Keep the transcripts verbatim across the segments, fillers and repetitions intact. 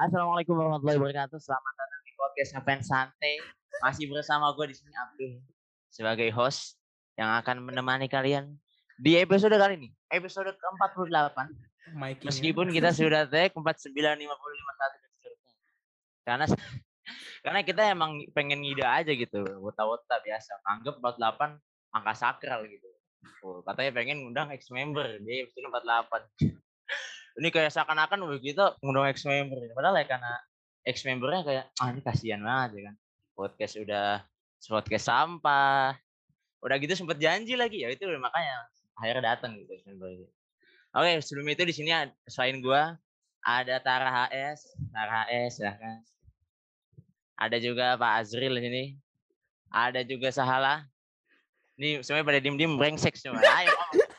Assalamualaikum warahmatullahi wabarakatuh. Selamat datang di podcast Ngefans Santai. Masih bersama gue di sini Abdul sebagai host yang akan menemani kalian di episode kali ini, episode ke empat puluh delapan. Meskipun kita sudah tag empat puluh sembilan, lima puluh, lima puluh satu dan seterusnya. Karena karena kita emang pengen ngide aja gitu, wota-wota biasa. Anggap empat puluh delapan angka sakral gitu. Oh, katanya pengen ngundang ex-member di episode empat puluh delapan. Ini kayak seakan-akan kita ngundang ex-member. Padahal ya karena ex-membernya kayak, ah ini kasihan banget ya kan. Podcast udah podcast sampah. Udah gitu sempet janji lagi ya itu makanya akhirnya datang gitu ex-member. Oke, sebelum itu di sini selain gua ada Tara H S, Tara H S ya kan. Ada juga Pak Azril di sini. Ada juga Sahala. Ini semuanya pada diem-diem brengsek semua. Ayo.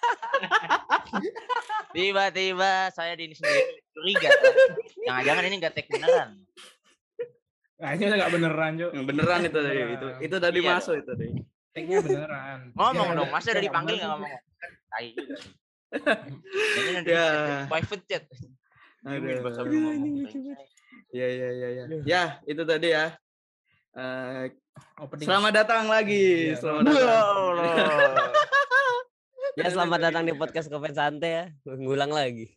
Tiba-tiba saya di ini sendiri curiga. Jangan-jangan ini nggak tag beneran. Nah, ini udah nggak beneran, Jo. Beneran itu tadi. Itu itu tadi Iya masuk dong. itu tadi. Tag-nya beneran. Ngomong Ya, dong, masa ya, udah dipanggil nggak ngomong? Tai juga. Ini nanti Ya. private chat. Aduh. Ya ya ya ya. Ya, itu tadi ya. Uh, Opening. selamat datang lagi. Iya, Selamat datang. Ya selamat datang di podcast Ngefans Santai ya. Ngulang lagi.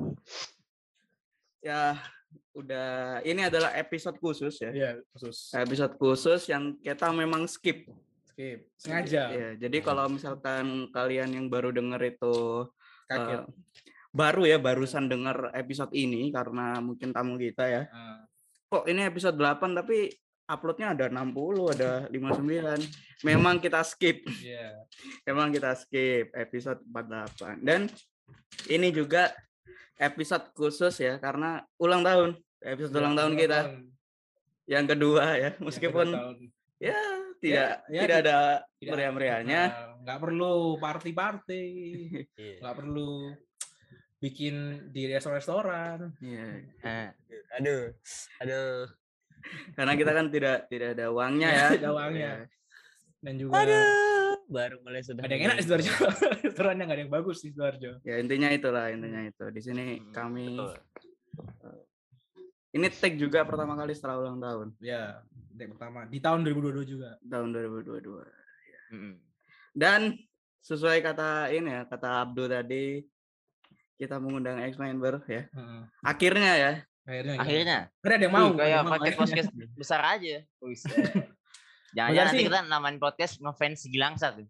Ya, udah ini adalah episode khusus ya. Iya, khusus. Episode khusus yang kita memang skip. Skip. Sengaja. Ya, jadi kalau misalkan kalian yang baru denger itu Kaget. uh, baru ya, barusan denger episode ini karena mungkin tamu kita ya. Uh. Kok ini episode delapan tapi uploadnya ada enam puluh, ada lima puluh sembilan. Memang kita skip. Iya. Yeah. Memang kita skip episode empat puluh delapan. Dan ini juga episode khusus ya karena ulang tahun. Episode ya, ulang tahun ulang kita. Tahun. Yang kedua ya, meskipun ya tidak ya, tidak ya, ada meriah-meriahnya. Enggak perlu party-party. Enggak perlu bikin di restoran-restoran. Iya. Yeah. Aduh. Aduh. Karena kita kan tidak tidak ada uangnya ya. Tidak ada uangnya. Dan juga aduh, baru mulai sudah. Ada yang enak di Sidoarjo. Restorannya enggak ada yang bagus di Sidoarjo. Ya intinya itulah, intinya itu. Di sini hmm, kami betul. Ini tag juga pertama kali setelah ulang tahun. Ya, tag pertama di tahun dua ribu dua puluh dua juga. Tahun dua ribu dua puluh dua. Ya. Hmm. Dan sesuai kata ini ya, kata Abdul tadi kita mengundang ex-member ya. Hmm. Akhirnya ya. Akhirnya. Akhirnya. Karena ada yang mau. Kayak podcast podcast besar aja. Jangan-jangan nanti kita namain podcast Ngefans Gilangsat.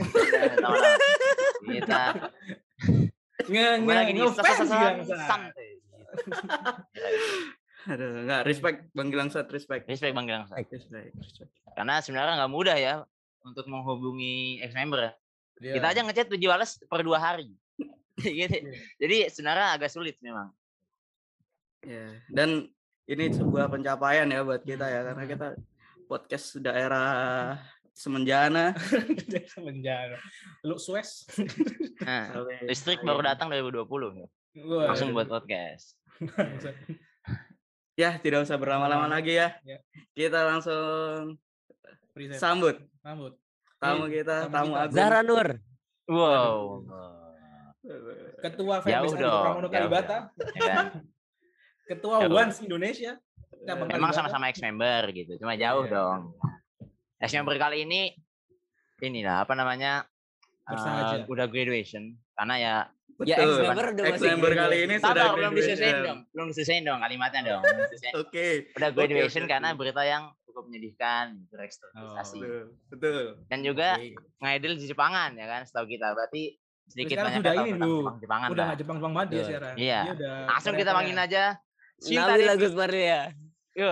Kita ngefans Gilangsat. Aduh, enggak respect Bang Gilangsat, respect. Respect Bang Gilangsat. Respect, respect. Karena sebenarnya enggak mudah ya untuk menghubungi ex-member. Yeah. Kita aja ngechat tujuh balas per dua hari. Gitu. Yeah. Jadi sebenarnya agak sulit memang. Ya, dan ini sebuah pencapaian ya buat kita ya karena kita podcast daerah Semenjana. Semenjana. Lu Suez. Nah, listrik baru datang dua ribu dua puluh. Wah, langsung buat podcast. Ya, tidak usah berlama-lama lagi ya. ya. Kita langsung Present. sambut. Sambut. Tamu kita, tamu, tamu agung. Zahra Nur. Wow. Ketua Fanbase Pramono Kalibata. Ya kan? Ketua jauh. Once Indonesia. Emang sama-sama ex-member gitu, cuma jauh yeah. dong. Ex-member kali ini, inilah apa namanya, uh, udah graduation, karena ya. Betul. Ya ex-member, ex-member kali ini Tau sudah belum diselesain dong, belum diselesain dong kalimatnya dong. Oke. Okay. Udah graduation okay, okay. karena berita yang cukup menyedihkan, berekspektasi. Oh, betul. Dan juga okay. ngedil di Jepangan ya kan, setahu kita. Berarti sedikit banyak tahu tentang Jepang-Jepangan. Udah nggak Jepang-Jepang banget dia sekarang. Iya. Langsung kita panggil aja. Cinta Agus Maria. Yo.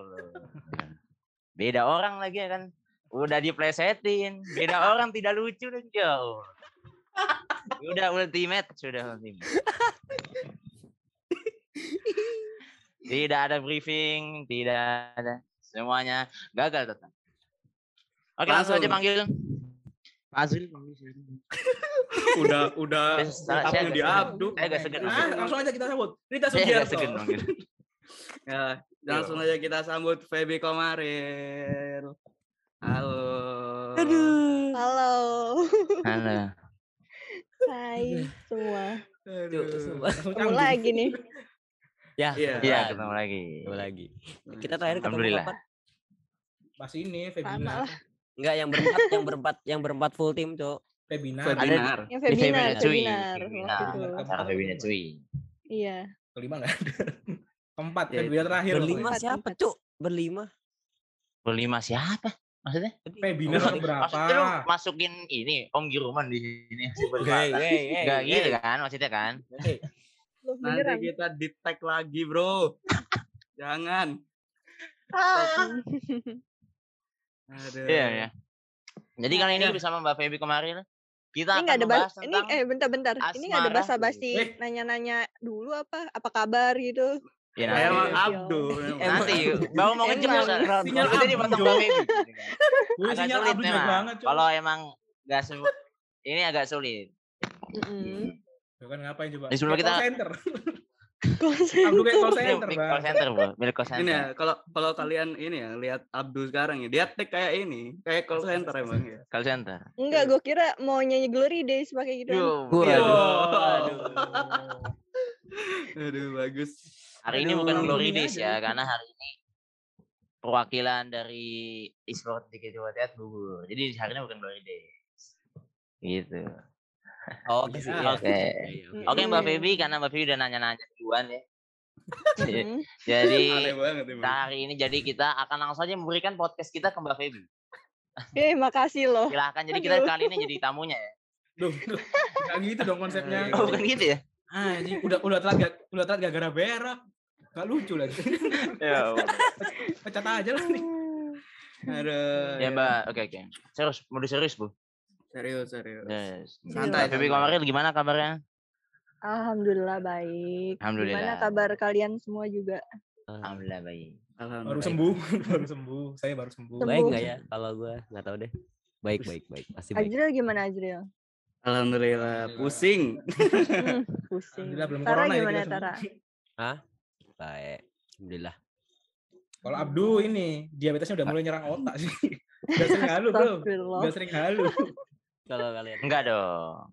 Beda orang lagi ya kan. Udah diplesetin. Beda orang tidak lucu dan jauh. Udah ultimate, sudah ultimate. Tidak ada briefing, tidak ada. Semuanya gagal total. Oke, langsung, langsung aja panggil. Azril udah udah tamu di Abdu. Saya enggak segan. Nah, langsung aja kita sambut. Rita Sugiarto. Ya, langsung aja kita sambut Feby Komaril. Halo. Aduh. Halo. Halo. Hai semua. Aduh. Ketemu lagi nih. Ya, Iya. Iya, ketemu ketemu lagi. Ketemu lagi. Kita terakhir ketemu Alhamdulillah. kapan? Pas ini Sama Febinar. lah. Enggak, yang berempat, yang berempat, yang berempat full tim, Cok. Webinar. Webinar. Ada Yang di Febinar, Febinar cuy. Febinar Webinar. waktu itu. Acara Febinar cuy. Iya. Kelima enggak ada. Keempat Ya, webinar terakhir. Berlima pokoknya. Empat, siapa, empat. Cok? Berlima. Berlima siapa? Maksudnya? Webinar Maksud- yang berapa? Maksudnya lu masukin ini Om Giruman di sini. Hei, hei, hei. Enggak gitu hei. kan maksudnya kan? Loh, Nanti beneran. kita di tag lagi, Bro. Jangan. Aduh. Iya ya. Jadi kali ini Ya. bersama Mbak Feby kemarin kita Ini akan nggak ada membahas bas, ini tentang eh bentar-bentar. Ini nggak ada asmara. basa-basi Eh. nanya-nanya dulu apa? Apa kabar gitu? Ya, Nah, nanti, Emang iya. Abdul. nanti baru mau ngejek Emang. soalnya. Sinyal Maksudnya Abdul, dipotong Jo. Mbak Feby. gitu kan. Gue Agak sinyal sulit Abdul jelek memang. banget, Cok. Kalau emang nggak semua ini agak sulit. Mm-mm. Tuh kan ngapain coba? Jadi sebelum Kayak kita- call center. Konsen. Abdul kayak call Ini center, milik Bang. call center, Bro. Milik call Ini ya, center. kalau kalau kalian ini ya lihat Abdul sekarang ya, dia tag kayak ini, kayak call center emang ya. Call center. Enggak, gue kira mau nyanyi Glory Days pakai gitu. Yo, Waduh. Aduh. Aduh, bagus. hari ini Aduh, bukan Glory ini Days aja. ya, karena hari ini perwakilan dari e-sport di Jawa Tengah gugur. Jadi hari ini bukan Glory Days. Gitu. Oh, oke sih. Ya, Iya. Oke. Iya, oke. Oke Mbak Mm. Feby, karena Mbak Feby udah nanya-nanya duluan ya. Mm. Jadi Aneh banget emang. kita hari ini jadi kita akan langsung saja memberikan podcast kita ke Mbak Feby. Eh, makasih loh. Silahkan. Jadi kita Aduh. kali ini jadi tamunya ya. Duh, duh. Nggak gitu dong konsepnya. Oh, bukan gitu ya? Anjing, udah udah telat gak, udah telat gara-gara berak. Gak lucu lagi. Ya. Pecat aja lah nih. Aduh. Ya Mbak, oke oke. Serius, mau serius Bu? Serius, serius. Yes. Santai, Mbak Feby santai. kemarin gimana kabarnya? Alhamdulillah baik. Alhamdulillah. Gimana kabar kalian semua juga? Alhamdulillah baik. Baru Alhamdulillah. sembuh, baru sembuh. Saya baru sembuh. Sembuh. Baik nggak ya? Kalau gue nggak tahu deh. Baik, baik, baik. Pasti baik. Ajril gimana Ajril? Alhamdulillah. Pusing. Hmm, pusing. Alhamdulillah belum Tara corona ya gimana kita semua. Tara? Baik. Alhamdulillah. Kalau Abdu ini diabetesnya udah mulai nyerang otak sih. Udah sering halu, Bro. Astagfirullah. Udah sering halu. Kalau kalian Enggak dong.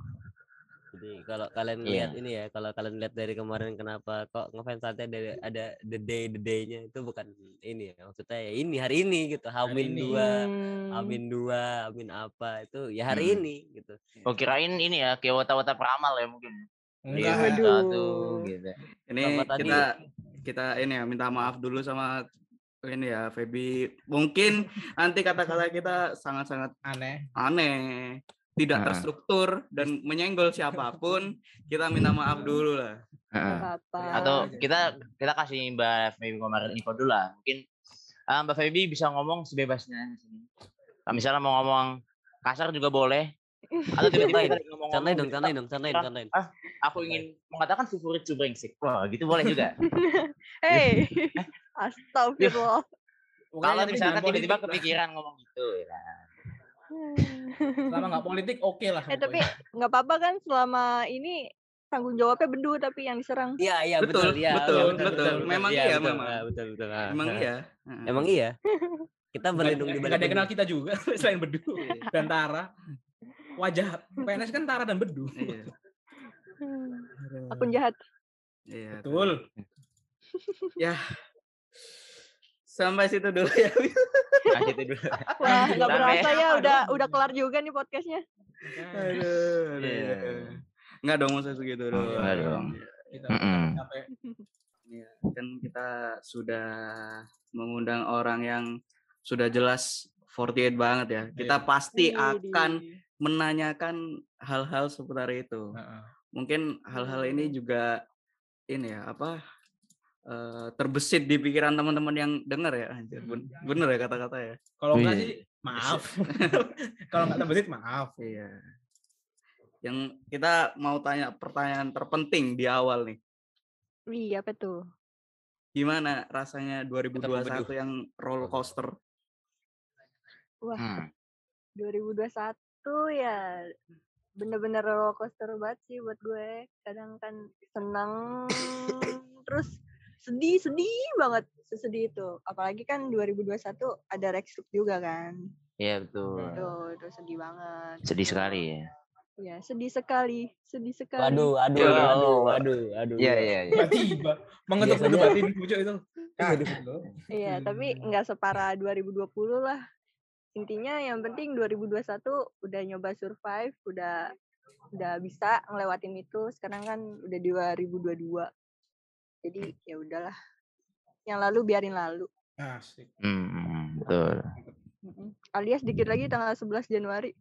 Jadi kalau kalian Iya. lihat ini ya, kalau kalian lihat dari kemarin kenapa kok ngefans santai ada ada the day the day-nya itu bukan ini ya. Maksudnya ya ini hari ini gitu. Hamin ini. dua, Hmm. Amin dua, Amin apa itu ya hari Hmm. ini gitu. Oh kirain ini ya kayak wata-wata peramal ya mungkin. Enggak. Waduh. Satu gitu. Ini Sama tadi. kita kita ini ya minta maaf dulu sama ini ya Feby. Mungkin nanti kata-kata kita sangat-sangat Aneh. aneh, tidak Heeh. terstruktur dan menyenggol siapapun. Kita minta maaf dulu lah. Heeh. Apa-apa. Atau kita kita kasih Mbak Feby kemarin info dulu lah. Mungkin ah, Mbak Feby bisa ngomong sebebasnya di sini. Nah, misalnya mau ngomong kasar juga boleh. Atau tiba-tiba kita lagi ngomong Santai dong, santai dong, santai, santai. aku ingin mengatakan favorit cu brengsek. Wah, gitu boleh juga. Hei. Astagfirullah. Pokoknya Kalau yang penting misalkan jangan tiba-tiba politik lah. kepikiran ngomong gitu ya. kan. Selama nggak politik oke lah. Eh tapi pokoknya. nggak apa-apa kan selama ini tanggung jawabnya Bendu tapi yang diserang. Iya, iya Betul, betul, iya. betul, iya, betul. Memang iya, betul, memang. ah, betul, betul. ah, Emang ah. iya. Heeh. Emang iya. Kita Nggak- berlindung di nggak balik ada yang kenal bedung. kita juga selain Bedu dan Tara. Wajah P N S kan Tara dan Bedu. Iya. Akun jahat. Iya. Betul. Ya. Sampai situ dulu ya. Nah, gitu dulu. Wah, nggak Sampai- berasa ya udah udah kelar juga nih podcastnya. Aduh. aduh. Iya. Enggak dong masa segitu dong. Enggak dong. Kita Mm-mm. capek. Iya, kan kita sudah mengundang orang yang sudah jelas empat delapan banget ya. Kita pasti Widih. akan menanyakan hal-hal seputar itu. Heeh. Mungkin hal-hal ini juga ini ya apa eh, terbesit di pikiran teman-teman yang dengar ya. Anjir, ben- bener ya kata-kata ya. Kalau enggak Iya. sih maaf. Kalau enggak terbesit maaf. Iya. Yang kita mau tanya pertanyaan terpenting di awal nih. Iya, apa tuh? Gimana rasanya dua ribu dua puluh satu yang roller coaster? Wah, Hmm. dua ribu dua puluh satu ya bener-bener roller coaster banget sih buat gue. Kadang kan seneng, terus sedih, sedih banget sesedih itu. Apalagi kan dua ribu dua puluh satu ada Rexuk juga kan. Iya betul. Tuh, itu sedih banget. Sedih sekali ya. Ya, sedih sekali, sedih sekali. Waduh, aduh, Ya aduh, Allah. aduh, aduh. Iya, ya. iya, iya. Tiba-tiba mengetuk pintu Biasanya- batin bocah itu. Kaget loh. Iya, tapi nggak separah dua ribu dua puluh lah. Intinya yang penting dua ribu dua puluh satu udah nyoba survive, udah udah bisa ngelewatin itu. Sekarang kan udah dua ribu dua puluh dua. Jadi ya udahlah. Yang lalu biarin lalu. Asik. Hmm, betul. Mm-mm. Alias dikit lagi tanggal sebelas Januari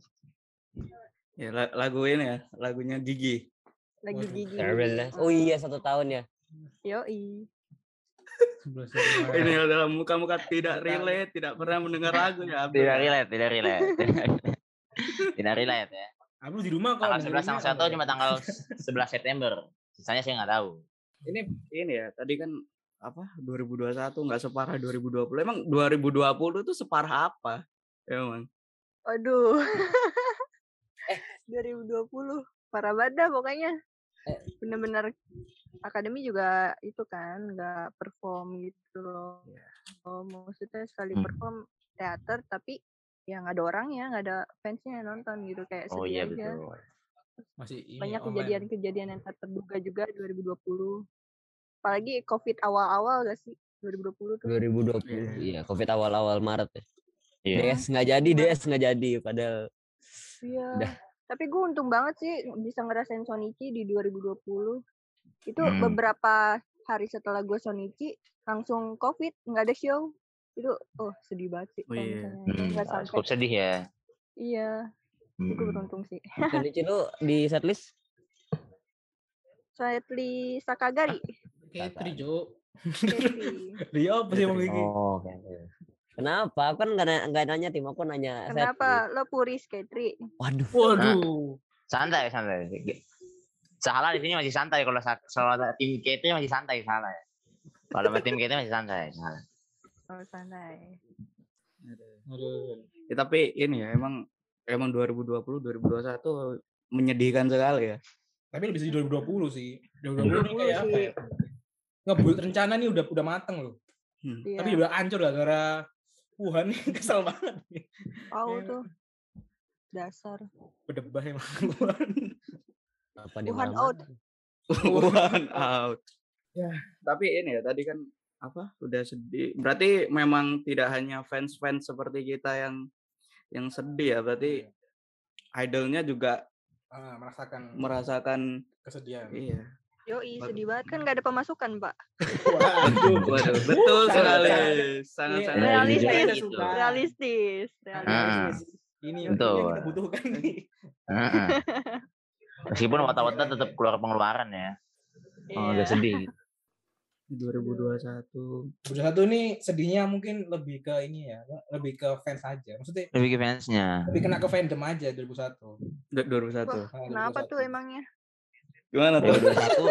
Ya la- lagu ini ya, lagunya Gigi. lagi Waduh. gigi. Terrible. Oh iya, satu tahun ya. Yoi. sebelas Ini adalah muka-muka tidak relate, tidak pernah mendengar lagu ya. Abdul Tidak ya? relate, tidak relate. Tidak relate ya. Aku di rumah kalau Tanggal sebelas tanggal satu cuma tanggal sebelas September. Sisanya saya nggak tahu. Ini ini ya, tadi kan apa dua ribu dua puluh satu nggak separah dua ribu dua puluh. Emang dua ribu dua puluh itu separah apa? Emang. Waduh. dua ribu dua puluh parah banget dah pokoknya. Bener-bener akademi juga itu kan nggak perform gitu loh. Oh, maksudnya sekali Hmm. perform teater tapi ya nggak ada orangnya, nggak ada fansnya yang nonton gitu kayak Oh sedih iya aja. betul. masih ini Banyak online. kejadian-kejadian yang tak terduga juga dua ribu dua puluh. Apalagi COVID awal-awal gak sih dua ribu dua puluh tuh. dua ribu dua puluh. Iya, Covid awal-awal Maret ya. Iya. D S nggak jadi, D S nggak jadi padahal Iya. Udah. Tapi gue untung banget sih bisa ngerasain Shonichi di dua ribu dua puluh. Itu Hmm. beberapa hari setelah gue Shonichi langsung COVID, nggak ada show. Itu oh sedih banget sih Oh, kalau iya. misalnya Hmm, nggak sampai. cukup sedih ya. Iya, gue Hmm. beruntung sih. Shonichi lu di setlist Slightly Sakagari. Ketri, Cuk. Katri. Rio apa sih mau gigi? Oh, oke. Kenapa? Aku kan nggak na- nggak nanya tim, aku nanya Kenapa lo puris Katri? setlist. Waduh. Waduh. Santai, santai. Salah di sini masih santai kalau sa- kalau ada tim K T masih santai salah. Ya. Kalau sama tim K T masih santai salah. Oh santai. Aduh. Ya, tapi ini ya emang emang dua ribu dua puluh dua ribu dua puluh satu menyedihkan sekali ya. Tapi lebih sedih dua ribu dua puluh sih. dua ribu dua puluh ini kayak apa sih. ya? Ngebuat rencana nih udah udah mateng loh. Hmm. Iya. Tapi udah hancur gara-gara Wuhan nih kesel banget nih. Tahu Iya. tuh. Dasar. Berdebah emang Wuhan. Apa di Wuhan mana-mana? out. One out. Ya. Tapi ini ya tadi kan apa udah sedih. Berarti memang tidak hanya fans-fans seperti kita yang yang sedih ya. Berarti idolnya juga Ah, merasakan merasakan kesedihan. iya. Yoi, Bagus. sedih banget kan nggak ada pemasukan, Pak. Waduh. Waduh, betul Sangat- sekali. sangat- Sangat-sangat Iya, Realistis. jujur Saya gitu. suka. Realistis, Ah. realistis. Ini Betul. yang kita butuhkan nih. Heeh. Meskipun wata-wata tetap keluar pengeluaran ya. Oh, agak Iya. sedih. dua ribu dua puluh satu. Udah satu nih sedihnya mungkin lebih ke ini ya, lebih ke fans aja. Maksudnya Lebih ke fansnya. lebih kena ke fandom aja dua ribu satu. dua ribu satu. Wah, kenapa tuh emangnya? Gimana dua tuh? ribu dua puluh satu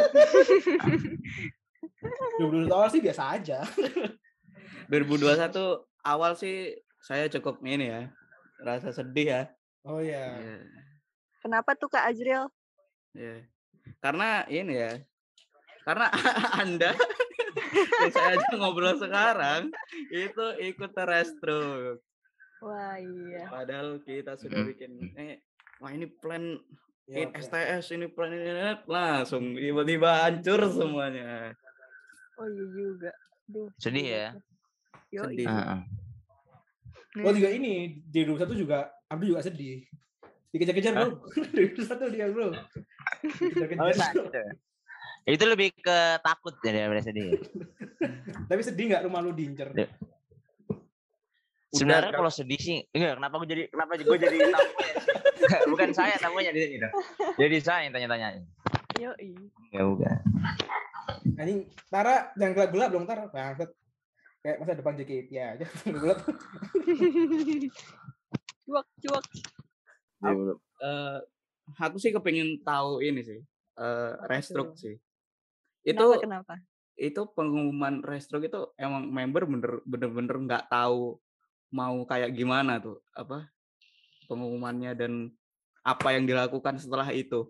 dua ribu dua puluh awal sih biasa aja. dua ribu dua puluh satu awal sih saya cukup ini ya. Rasa sedih ya. Oh iya. Iya. Kenapa tuh Kak Azriel? Iya. Karena ini ya. Karena Anda yang saya ajak ngobrol sekarang itu ikut terrestruk. Wah iya. Padahal kita sudah Mm. bikin eh wah ini plan Ya, in S T S ini plan ini ini, langsung tiba-tiba hancur semuanya. Oh iya juga. Duh, Sedih ya. Yo, Sedih. Heeh. Oh juga ini di dua ribu satu juga Abdul juga sedih. Dikejar-kejar bro. dua ribu satu dia bro. Oh, Dikejar-kejar. sakit ya. Itu lebih ke takut jadi daripada sedih. Tapi sedih nggak rumah lu diincer? Ya. Sebenarnya kalau sedih sih, enggak, kenapa gue jadi kenapa gue jadi tamunya sih? Enggak, bukan saya tamunya di sini dong. Jadi saya yang tanya-tanya. Yo, Ya bukan. Anjing, Tara jangan gelap-gelap dong Tara. Bangsat. Kayak masa depan J K T aja. Gelap. cuak cuak. Eh, aku sih kepingin tahu ini sih. Eh restruk tuh? sih. Kenapa, Itu kenapa? itu pengumuman restruk itu emang member bener bener-bener nggak tahu mau kayak gimana tuh apa pengumumannya dan apa yang dilakukan setelah itu.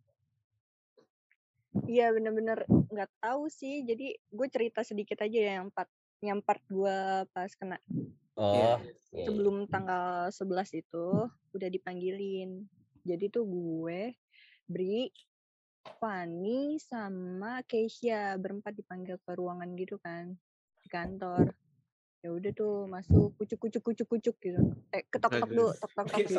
Iya bener-bener nggak tahu sih. Jadi gue cerita sedikit aja ya yang part yang part gue pas kena Oh, iya. sebelum tanggal sebelas itu udah dipanggilin. Jadi tuh gue, Bri, Fanny sama Keisha berempat dipanggil ke ruangan gitu kan di kantor. Ya udah tuh masuk kucuk kucuk kucuk kucuk gitu. Eh ketok ketok dulu, tok tok tok gitu.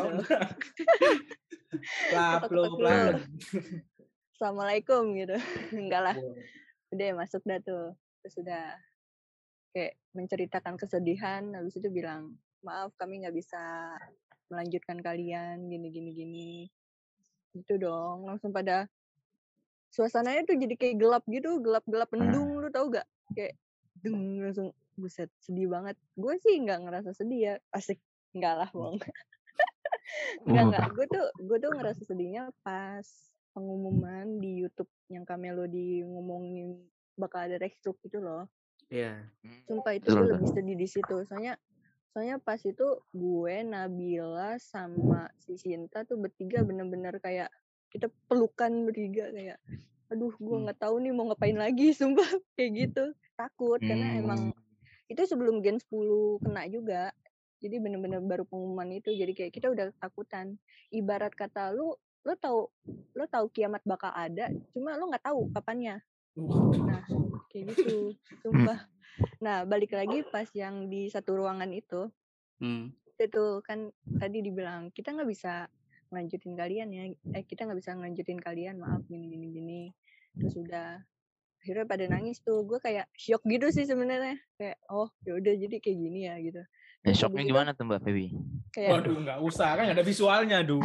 Ketok ketok dulu. Assalamualaikum gitu. Enggak lah. Udah masuk dah tuh. Terus udah kayak menceritakan kesedihan, habis itu bilang, maaf kami nggak bisa melanjutkan kalian gini gini gini. Gitu dong, langsung pada suasananya tuh jadi kayak gelap gitu, gelap-gelap mendung, lu tau gak? Kayak deng, langsung buset, sedih banget. Gue sih nggak ngerasa sedih ya, asik, nggak lah bohong. Nggak nggak, gue tuh gue tuh ngerasa sedihnya pas pengumuman di YouTube yang Kamelody ngomongin bakal ada restruk gitu loh. Iya. Yeah. Sumpah itu gue lebih sedih di situ, soalnya soalnya pas itu gue, Nabila sama si Sinta tuh bertiga bener-bener kayak kita pelukan bertiga kayak aduh gue nggak tahu nih mau ngapain lagi, sumpah kayak gitu, takut hmm. karena emang itu sebelum Gen sepuluh kena juga, jadi bener-bener baru pengumuman itu, jadi kayak kita udah takutan. Ibarat kata lu lu tahu lu tahu kiamat bakal ada, cuma lu nggak tahu kapannya. Nah kayak gitu, sumpah. Nah balik lagi pas yang di satu ruangan itu, hmm. itu kan tadi dibilang kita nggak bisa ngelanjutin kalian ya, eh kita nggak bisa ngelanjutin kalian, maaf gini gini gini. Terus udah akhirnya pada nangis tuh, gue kayak shock gitu sih sebenarnya, kayak oh ya udah jadi kayak gini ya gitu. Ya, shocknya gimana tuh Mbak Febi? Kayak, waduh nggak usah kan ada visualnya duh.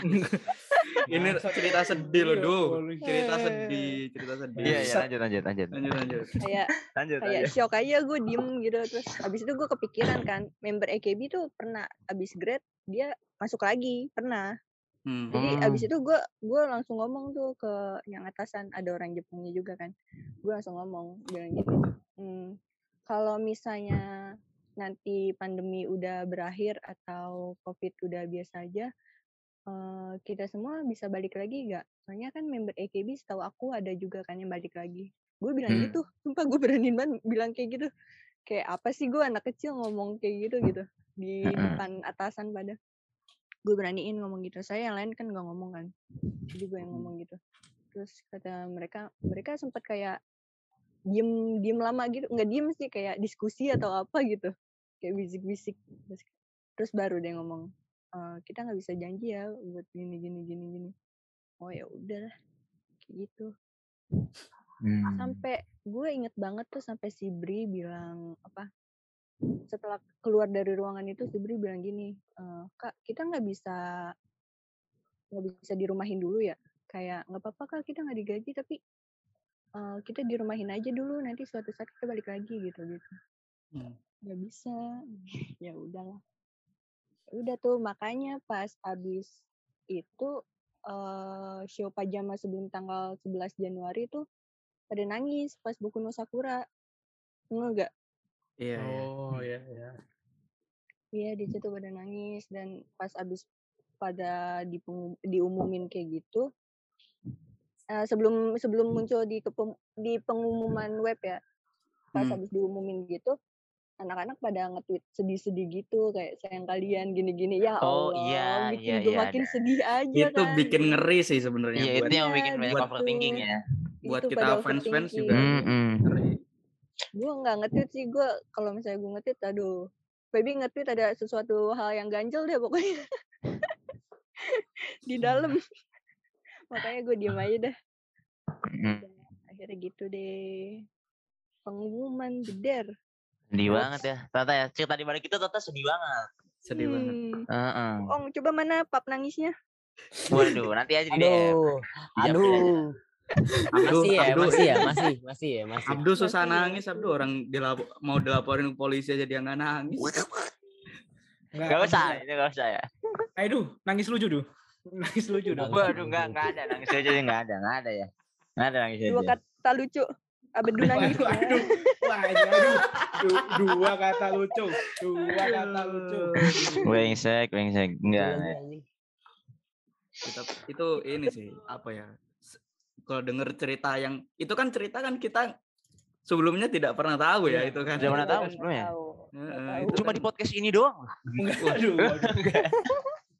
Ini cerita sedih loh duh, cerita sedih, cerita sedih. Iya ya lanjut lanjut lanjut. Lanjut lanjut. Kayak lanjut, kayak aja. Shock aja gue diem gitu, terus abis itu gue kepikiran kan, member A K B tuh pernah abis grade dia masuk lagi, pernah. Hmm. Jadi abis itu gue gue langsung ngomong tuh ke yang atasan, ada orang Jepangnya juga kan, gue langsung ngomong bilang gini, hmm, kalau misalnya nanti pandemi udah berakhir atau COVID udah biasa aja, uh, kita semua bisa balik lagi gak? Soalnya kan member A K B setahu aku ada juga kan yang balik lagi. Gue bilang hmm. gitu, sumpah gue beraniin banget bilang kayak gitu. Kayak apa sih gue anak kecil ngomong kayak gitu gitu di depan atasan pada. Gue beraniin ngomong gitu, saya yang lain kan gak ngomong kan, jadi gue yang ngomong gitu. Terus kata mereka, mereka sempat kayak diem diem lama gitu, nggak diem sih, kayak diskusi atau apa gitu, kayak bisik-bisik. Terus, terus baru dia ngomong, e, kita nggak bisa janji ya buat gini gini gini gini. Oh ya udahlah, kayak gitu. Hmm. Sampai gue inget banget tuh sampai si Bri bilang apa? Setelah keluar dari ruangan itu, si Bri bilang gini, e, Kak, kita nggak bisa nggak bisa dirumahin dulu ya, kayak nggak apa-apa Kak, kita nggak digaji tapi uh, kita dirumahin aja dulu, nanti suatu saat kita balik lagi gitu gitu. Nggak hmm. bisa, ya udahlah. Udah tuh makanya pas abis itu uh, show pajama sebelum tanggal sebelas Januari tuh pada nangis pas Boku no Sakura, enggak? Iya. Oh iya iya. Iya di situ pada nangis, dan pas abis pada dipeng, diumumin kayak gitu, uh, sebelum sebelum muncul di kepem, di pengumuman web ya, pas hmm. abis diumumin gitu, anak-anak pada nge-tweet sedih-sedih gitu, kayak sayang kalian gini-gini, ya Allah, oh, iya, bikin iya, gue iya, makin ada. sedih aja itu kan. Bikin ngeri sih sebenarnya. Iya, itu yang bikin banyak overthinking ya. Buat itu kita fans-fans juga mm-hmm. ngeri. Gue nggak nge-tweet sih, gue kalau misalnya gue nge-tweet, aduh, Baby nge-tweet ada sesuatu hal yang ganjel deh pokoknya di dalam, makanya gue diem aja dah. Mm. Akhirnya gitu deh, pengumuman jeder. Sedih banget ya, Tata ya, cerita di balik itu Tata sedih banget. Sedih hmm. banget. Uh-uh. Ong, coba mana pap nangisnya? Waduh, nanti aja di D M. Aduh. Masih ya, Abdu, masih ya, masih, masih ya, masih. Abdu susah masih, nangis, Abdu orang dilap- mau dilaporin ke polisi aja dia nggak nangis. Nggak usah, itu nggak usah ya. Aduh, nangis lucu duh, nangis lucu duh. Waduh, nggak nggak ada nangis lucu, nggak ada, nggak ada ya, nggak ada nangis lucu. Dua kata lucu, Abdu nangis. Aduh, aduh, wah, aduh, du- dua kata lucu, dua kata lucu. Wengsek, wengsek, enggak. Kita, itu ini sih, apa ya? Kalau denger cerita yang itu kan cerita kan kita sebelumnya tidak pernah tahu ya, ya itu kan. Tidak pernah tahu sebelumnya. Tahu. Uh, itu cuma kan di podcast ini doang. Enggak, waduh.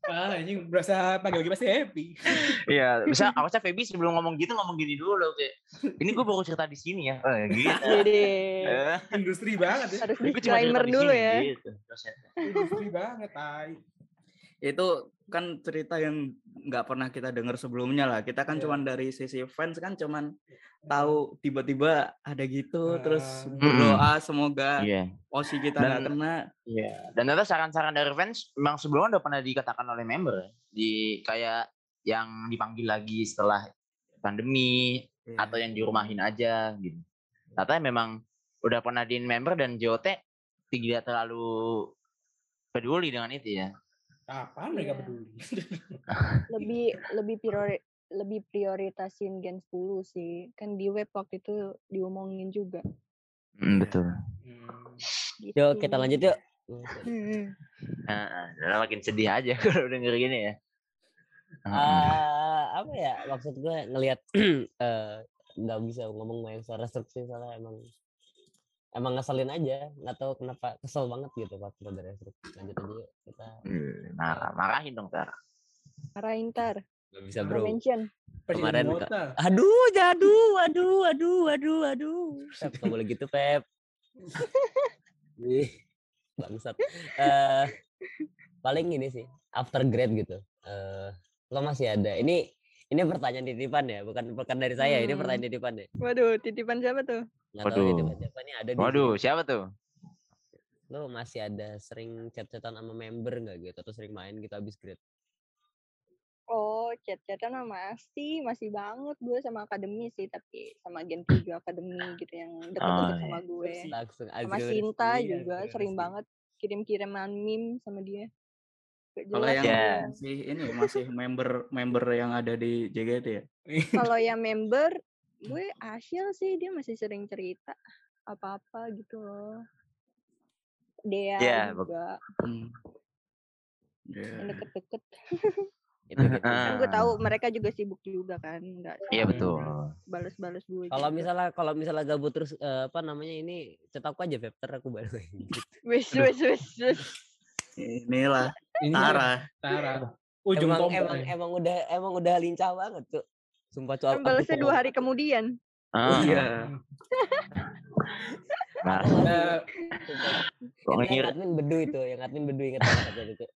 Ah, ini berasa pagi-pagi pasti happy. Iya, bisa harusnya Feby sebelum ngomong gitu ngomong gini dulu kayak. Ini gue baru cerita di sini ya. Oh, ya gitu. Jadi Eh, Industri banget ya. harus Gue cuma disclaimer cerita di dulu sini, ya. gitu. Industri banget, tai. Itu kan cerita yang nggak pernah kita dengar sebelumnya lah. Kita kan Iya. cuman dari sisi fans kan cuman tahu tiba-tiba ada gitu, Ah. terus berdoa semoga Iya. Osi kita nggak Dan- kena. Iya. Dan ternyata saran-saran dari fans memang sebelumnya udah pernah dikatakan oleh member ya. Di kayak yang dipanggil lagi setelah pandemi Iya. atau yang dirumahin aja gitu. Katanya memang udah pernah di member dan J O T tidak terlalu peduli dengan itu ya. Kapan mereka Iya. peduli? Lebih lebih priori, lebih prioritasin Gen sepuluh sih. Kan di web waktu itu diomongin juga. Hmm, betul. Hmm. Gitu. Yuk kita lanjut yuk. Hmm. Nah, nah, makin sedih aja kalau denger gini ya. Eh, apa ya maksud gue ngelihat nggak bisa ngomong main suara restriksi soalnya emang emang ngeselin aja, nggak tahu kenapa kesel banget gitu waktu dari restriksi. Lanjut aja yuk kita. Hmm, marah, marahin dong Tar. Arahin Tar. Nggak bisa No bro. mention. Presiden Kemarin Wota. Aduh, aduh, aduh, aduh, aduh, aduh. Pep, nggak boleh gitu Pep. Ih, bangsat. Eh, paling ini sih after grade gitu. Eh, lo masih ada. Ini ini pertanyaan titipan ya, bukan bukan dari saya. Ini Hmm. pertanyaan titipan ya. Waduh, titipan siapa tuh? Nggak tahu Waduh. titipan siapa nih ada di Waduh, sini. siapa tuh? Lo masih ada sering chat-chatan sama member nggak gitu atau sering main gitu abis grade? Oh, chat-chatan sama Asti masih banget gue sama akademi sih, tapi sama Gen tujuh akademi gitu yang deket-deket Oh, sama iya. gue. Langsung Sama Azrul. Sinta Iya, juga Azrul, sering Azrul. banget kirim-kiriman meme sama dia. Gak Kalau jelas yang Ya. dia. masih ini masih member-member yang ada di J G T ya. Kalau yang member, gue Asyil sih, dia masih sering cerita apa-apa gitu loh. Dea Iya, juga, Hmm. Ya. yang deket-deket. Itu gitu. Kan gue Ah. tahu mereka juga sibuk juga kan, nggak Iya selalu betul. balas-balas gue Kalau juga. misalnya kalau misalnya gabut terus eh, apa namanya ini cetak aku aja Pep, ntar aku balik lagi. Wes, wes, wes, wes. Inilah Ini Tara. Tara. Ujung emang tombak emang nih. emang udah emang udah lincah banget tuh. Sumpah cuy. Kan balasnya dua hari kemudian. Ah, Iya. Nah, Eh, kok Yang ngir- admin bedu itu, yang admin bedu ingat banget waktu itu.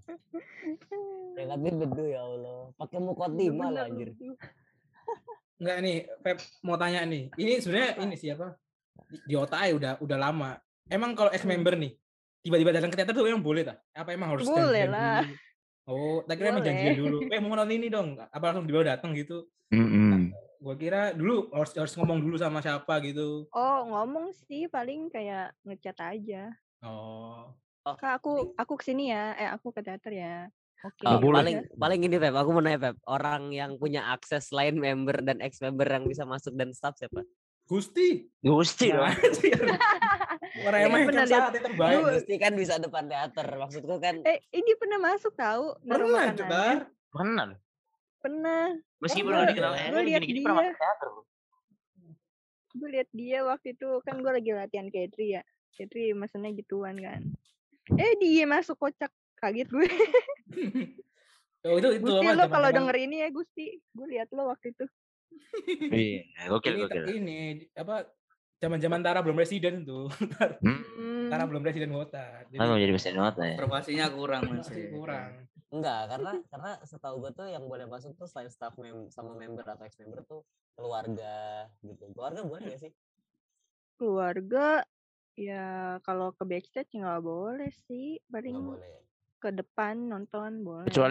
Yang admin bedu ya Allah. Pakai mukotima lah anjir. Enggak nih, Pep mau tanya nih. Ini sebenarnya ini siapa? Di, di otak aja udah udah lama. Emang kalau ex member nih tiba-tiba datang ke teater tuh emang boleh tak? Apa emang harus Boleh janjian lah. dulu? Oh, tak kira emang Boleh. janjian dulu. Eh mau nonton ini dong. Apa langsung tiba-tiba datang gitu? Mm-mm. Gua kira dulu harus harus ngomong dulu sama siapa gitu. Oh, ngomong sih paling kayak ngechat aja. Oh. Kak, aku aku kesini ya. Eh, aku ke teater ya. Oke. Oh, Nggak boleh. paling paling ini Pep, aku mau nanya Pep, orang yang punya akses selain member dan ex member yang bisa masuk dan staff siapa? Gusti. Gusti dong. Orang Ini emang pernah kan lihat- saat yang terbaik. Lu- Gusti kan bisa depan teater, maksudku kan. Eh, ini pernah masuk tahu naruh Pernah, makanannya. Cetar. Pernah loh. Pernah. Meskipun Pernah. udah dikenal Gua Erwin lihat gini-gini dia. pernah masuk teater. Bro. Gue lihat dia waktu itu kan gue lagi latihan Katri ya. Katri mesennya gituan kan. Eh, dia masuk kocak. Kaget gue. Oh, itu itu Gusti apa? lo kalau zaman-zaman- denger ini ya Gusti. Gue lihat lo waktu itu. Iya, gokil ini, gokil. ini apa? Zaman-zaman Tara belum presiden tuh. Hmm. Hmm. Tara belum presiden kota. Jadi Kan mau jadi presiden nota ya. Informasinya kurang masih masih. kurang. Enggak, karena karena setahu gue tuh yang boleh masuk tuh selain staff mem sama member atau ex member tuh keluarga gitu. Keluarga boleh gak sih? Keluarga ya kalau ke backstage nggak boleh sih. Nggak Paling boleh. ke depan nonton boleh. Kecuali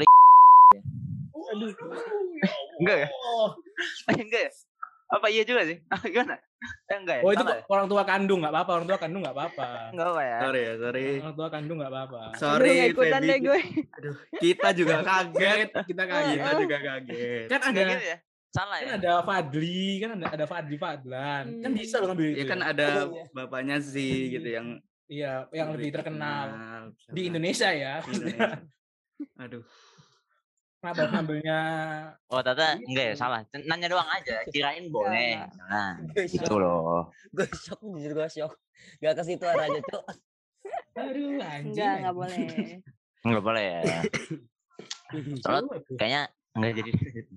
Aduh. enggak ya? Enggak ya? Apa iya juga sih? Ah, gimana? Eh, enggak ya? Oh itu Salah ya? orang tua kandung nggak apa-apa, orang tua kandung nggak apa-apa. Enggak apa ya? Sorry ya, sorry. Orang tua kandung nggak apa-apa. Aduh, Sorry, nggak ikutan Feby. deh gue. Aduh, kita juga kaget. Kita Kita kaget. juga kaget. Kan ada Enggak gitu ya? Salah kan ya? ada Fadli, kan ada ada Fadli Fadlan. Kan Hmm. bisa loh ngambil itu. Ya kan ya. ada bapaknya Z gitu yang Iya, yang lebih terkenal Bisa di lah. Indonesia ya. Di Indonesia. Aduh. Kenapa ngambilnya Oh, Tata Gitu. enggak ya? Salah. Nanya doang aja. Kirain boleh. Enggak. Nah, Gue gitu shock, loh. gue shock, jujur gue shock. Gak ke situ arahnya tuh. aduh anjing. Enggak, enggak anjing. boleh. Enggak boleh ya. Soalnya kayaknya nggak jadi.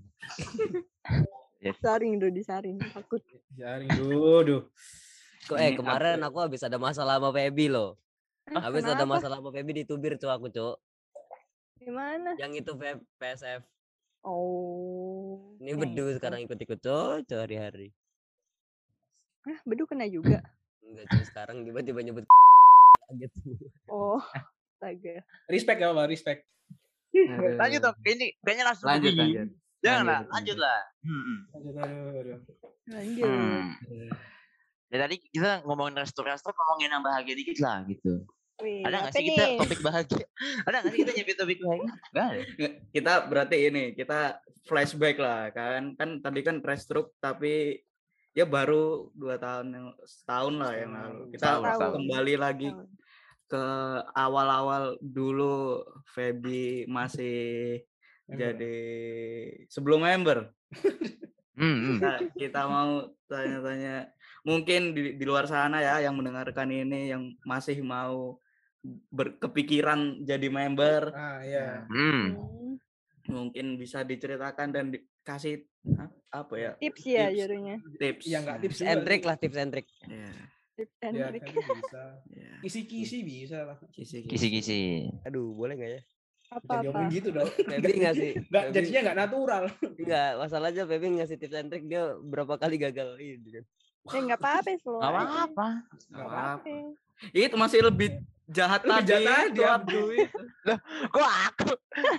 Saring tuh disaring, takut. Jaring duh. Kok eh Ini kemarin update. aku habis ada masalah sama Feby loh. Ah, Habis ada kenapa? masalah sama Feby ditubir tuh aku, Cuk. Gimana? Yang itu P- PSF. Oh. Ini yang bedu itu. sekarang ikut-ikut Cuk, Cuk, hari-hari. Hah, bedu kena juga. Enggak Cuk, sekarang tiba-tiba nyebut gitu. Oh, astaga. Respect ya, Pak, respect. Aduh. Lanjut dong. Ini kayaknya langsung ke Lanjut, Bi. lanjut. Jangan lah, Lanjut, lanjut lanjut. lah. Hmm. Aduh, aduh, aduh. Lanjut. Hmm. Ya tadi kita ngomongin resto-resto, ngomongin yang bahagia dikit lah gitu. Wih, Ada nggak apa sih kita nih? topik bahagia? Ada nggak sih kita nyebut topik bahagia? Nggak ada. Nge- Kita berarti ini, kita flashback lah kan. Kan tadi kan restruk tapi ya baru dua tahun yang setahun lah yang lalu. Kita Setahun, setahun. kembali lagi Tahun. ke awal-awal dulu Feby masih Member. jadi sebelum member. Hmm, hmm. Kita, kita mau tanya-tanya mungkin di, di luar sana ya yang mendengarkan ini yang masih mau berkepikiran jadi member. Ah, iya. Hmm. Hmm. Mungkin bisa diceritakan dan dikasih ah, apa ya Tips ya Tips. jadinya. tips. Iya, enggak tips Tips juga and trick sih. lah, tips and trick. Ya, Tips and Ya, trick. kan bisa. ya. Kisi-kisi bisa lah. Kisi-kisi. Kisi-kisi. Aduh, boleh nggak ya? Jangan Apa-apa? diomongin gitu dong. Feby ngasih. Enggak, Feby- jadinya enggak natural. Enggak, masalahnya Feby ngasih tips and trick dia berapa kali gagal ini kan. Ya nggak apa-apa, slow Nggak aja. apa-apa. Nggak Nggak apa-apa. Oke. Itu masih lebih jahat Lebih tadi. jahat itu, tadi, Abdu itu. Kok aku?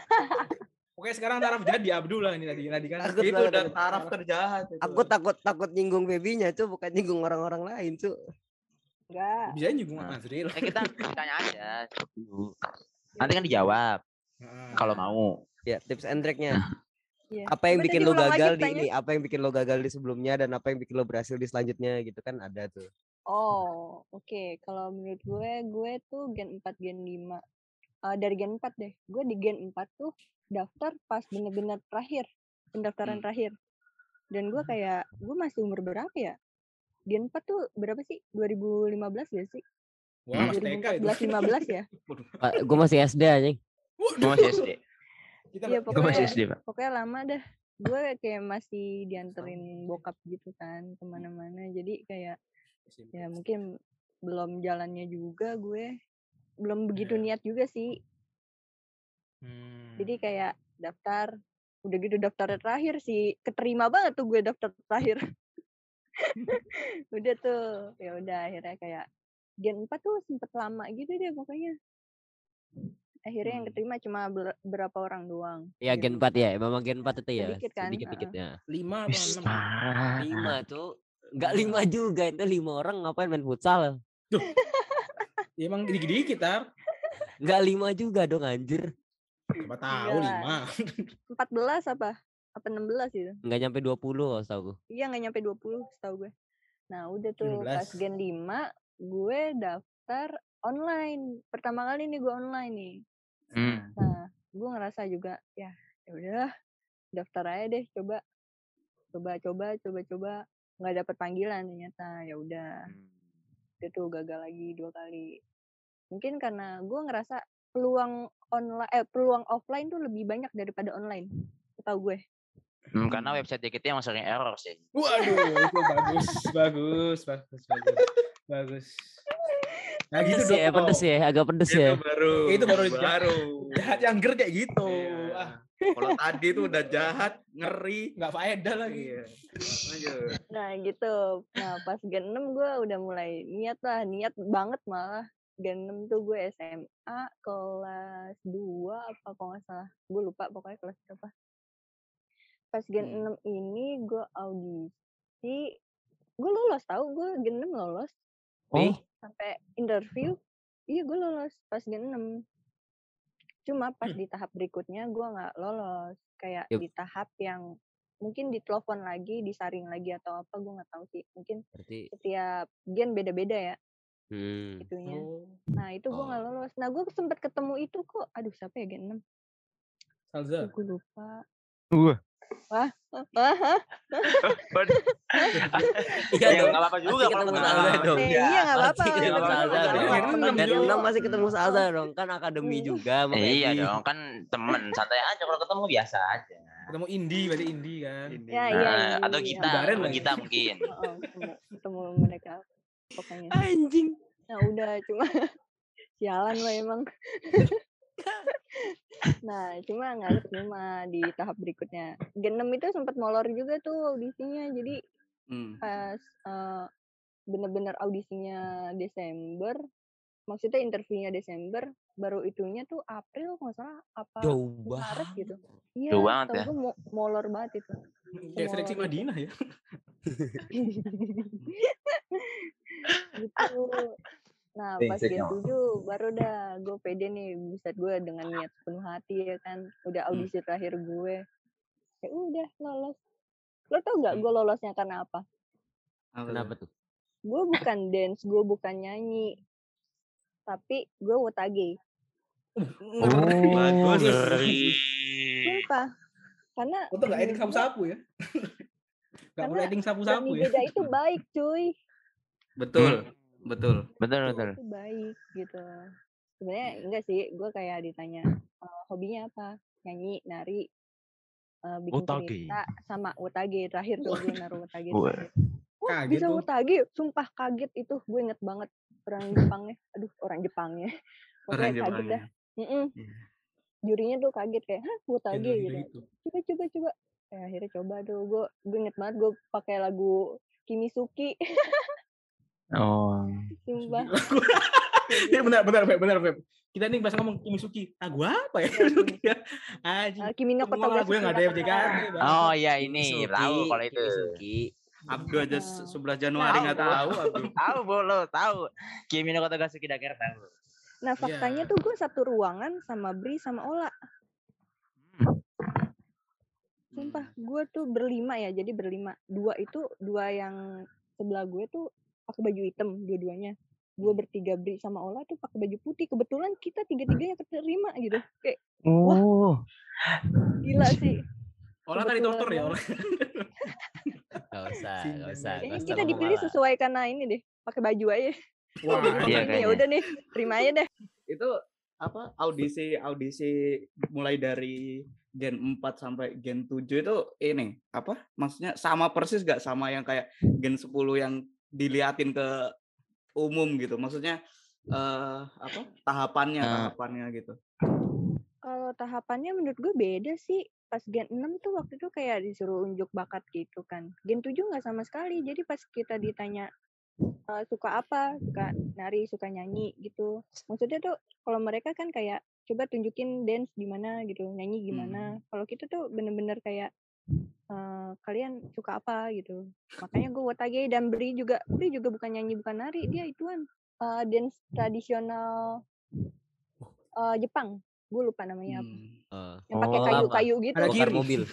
Oke, sekarang taraf jadi Abdullah ini tadi. Tadi kan. Takut Itu banget udah aku. taraf terjahat itu. Aku takut takut nyinggung Febynya tuh, bukan nyinggung orang-orang lain tuh. Enggak. Bisa juga Nah. Nazril. Ya kita tanya aja dulu. Nanti kan dijawab Heeh. kalau mau. Ya, tips and tricknya. Iya. Apa yang Coba bikin tadi lo ulang lagi gagal di pertanyaan. ini? Apa yang bikin lo gagal di sebelumnya dan apa yang bikin lo berhasil di selanjutnya gitu kan ada tuh. Oh, oke. Kalau menurut gue, gue tuh gen empat, gen lima. Eh, dari gen empat deh. Gue di gen empat tuh daftar pas bener-bener terakhir. Pendaftaran Hmm. terakhir. Dan gue kayak, gue masih umur berapa ya? Gen empat tuh berapa sih? dua ribu lima belas gak sih? Wah, Mas T K itu. dua ribu empat belas lima belas ya? Gue masih S D anjing. Gue masih S D. Kita Iya, Gue masih pokoknya, S D, Pak. pokoknya lama dah. Gue kayak masih dianterin bokap gitu kan kemana-mana. Jadi kayak ya mungkin belum jalannya juga gue. Belum begitu Iya. niat juga sih. Hmm. Jadi kayak daftar. Udah gitu daftar terakhir sih. Keterima banget tuh gue daftar terakhir. Udah tuh. Ya udah akhirnya kayak gen empat tuh sempet lama gitu deh pokoknya. Akhirnya yang Hmm. keterima cuma ber- berapa orang doang. Ya gen empat ya, memang gen empat itu ya. Sedikit kan, Sedikit-sedikit ya. lima apa Wis, enam? parah. lima tuh. Enggak lima juga, itu lima orang ngapain main futsal? Ya, emang dikit-dikit, Tar. Enggak lima juga dong anjir. Siapa tahu Enggak. lima. empat belas apa? Apa enam belas gitu? Enggak nyampe dua puluh setahu gue. Iya nggak nyampe dua puluh setahu gue. Nah udah tuh lima belas. pas gen lima gue daftar online. Pertama kali nih gue online nih. Hmm. Nah gue ngerasa juga ya ya udahlah daftar aja deh coba coba coba coba coba nggak dapet panggilan ternyata ya udah itu tuh gagal lagi dua kali. Mungkin karena gue ngerasa peluang online eh peluang offline tuh lebih banyak daripada online. Tahu gue. Hmm, karena website kita emang sering error sih. Waduh, itu bagus, bagus, bagus, bagus, bagus. Nah gitu Pedes dong. ya, pedes ya, agak pedes Itu ya. baru. Itu baru baru. Jahat yang ger kayak gitu. Iya. Ah, Kalau tadi tuh udah jahat, ngeri. nggak faedah lagi. Iya. Lanjut. Nah gitu. Nah pas gen enam gue udah mulai niat lah. Niat banget malah. Gen enam tuh gue S M A kelas dua apa kalau nggak salah. Gue lupa pokoknya kelas berapa. Pas gen Hmm. enam ini gue audisi. Gue lolos tau. Gue gen enam lolos. Oh, Sampai interview. Iya gue lolos pas gen enam. Cuma pas di tahap berikutnya gue nggak lolos. Kayak Yup. di tahap yang mungkin ditelepon lagi, disaring lagi atau apa gue nggak tahu sih. Mungkin berarti setiap gen beda-beda ya hmm. itunya. Oh, Nah itu gue nggak Oh. lolos. Nah gue sempet ketemu itu kok. Aduh siapa ya gen enam? Salza. Gue lupa. Wah. Wah, wah, hah? Iya Ya dong. nggak apa-apa juga Pasti kalau ketemu ketemu Salza sama dong. Eh, dia. iya nggak apa-apa. Pasti Iya, ketemu nggak apa-apa. Salza Nggak dong. apa-apa. Herman enam Dan Jo. enam masih ketemu Salza dong. Kan akademi Hmm. juga sama Iya Feby. dong, kan temen santai aja kalau ketemu biasa aja. Ketemu Indi, berarti Indi kan. Ya, iya Nah, ini. atau ya. kita, Udaren teman lah ya. kita mungkin. Heeh, ketemu, ketemu mereka pokoknya. Anjing. Nah udah cuma sialan lo emang. Nah cuma nggak keterima di tahap berikutnya. Gen enam itu sempat molor juga tuh audisinya. Jadi Hmm. pas eh, bener-bener audisinya Desember, maksudnya interviewnya Desember, baru itunya tuh April nggak salah apa Jauh Maret banget. gitu. Iya, Jauh banget tau ya. gue mo- molor banget itu. Kayak seleksi Semolor itu. Madinah ya. Gitu. Nah pas Brengsek Gen emang. tujuh baru dah gue pede nih, buset gue dengan niat penuh hati ya kan, udah audisi terakhir gue, ya udah lolos. Lo tau gak gue lolosnya karena apa? Apa Kenapa tuh? tuh? Gue bukan dance, gue bukan nyanyi, tapi gue wotage. Bagus. ngeri. Sumpah, karena Untung nggak editing menurut gue sapu-sapu ya. Nggak perlu Karena editing Berani sapu-sapu ya. Beda itu baik cuy, Betul. Betul. Betul, Beda betul. itu baik gitu. Sebenarnya enggak sih, gue kayak ditanya "Eh, hobinya apa, nyanyi, nari, eh, bikin Wotage. cerita, sama wotage terakhir tuh gue naruh wotage Wah. terakhir. Wah Kaget bisa tuh. wotage, sumpah kaget itu, gue inget banget orang Jepangnya, aduh orang Jepangnya, Orang pokoknya kaget Jepangnya. dah. Mm-mm. Iya. Jurinya tuh kaget kayak, hah wotage Genre gitu. itu. Coba coba coba. Eh, akhirnya coba tuh, gue gue inget banget gue pakai lagu Kimisuki, Oh. sumpah. Ini benar benar Feb, benar Feb. Kita nih pas ngomong Kimisuki, lagu apa ya? Iya, Kimisuki. Anjing. Uh, Kimi no Semua lagu Kotogatsuki yang nggak ada F D K. Dakara. Oh iya ini tahu kalau itu. Kimisuki. Abdu aja Nah. sebelas Januari nggak Tahu, tahu Abdu. Tahu bolo, tahu. Kimi no Kotogatsuki Dakar tahu. Nah faktanya Iya. tuh gue satu ruangan sama Bri sama Ola. Sumpah gue tuh berlima ya, jadi berlima. Dua itu, dua yang sebelah gue tuh pakai baju hitam dua-duanya. Gue bertiga Bri sama Ola tuh pakai baju putih. Kebetulan kita tiga-tiganya keterima gitu. Kayak Oh. gila sih. Olah tadi Kebetulan dokter ya, banget. Olah. Gak usah, Sinden gak usah. banget. Gak Kayaknya usah kita ngomong dipilih Ola. sesuai karena ini deh, pakai baju aja. Wah, Jadi iya ini ya kayaknya. udah nih, terima aja deh. Itu apa audisi audisi mulai dari gen empat sampai gen tujuh itu ini apa maksudnya sama persis gak sama yang kayak gen sepuluh yang diliatin ke umum gitu, maksudnya eh apa tahapannya Eh. tahapannya gitu. Kalau tahapannya menurut gue beda sih. Pas gen enam tuh waktu itu kayak disuruh unjuk bakat gitu kan. Gen tujuh nggak sama sekali. Jadi pas kita ditanya eh, suka apa, suka nari, suka nyanyi gitu. Maksudnya tuh kalau mereka kan kayak coba tunjukin dance gimana gitu, nyanyi gimana. Kalau kita tuh bener-bener kayak eh, kalian suka apa gitu. Makanya gue wotage dan Bri juga, Bri juga bukan nyanyi bukan nari, dia ituan eh, dance tradisional eh, Jepang. Gue lupa namanya apa. Hmm. Uh, Yang pakai Oh, kayu-kayu gitu. Ada bongkar kiri. mobil.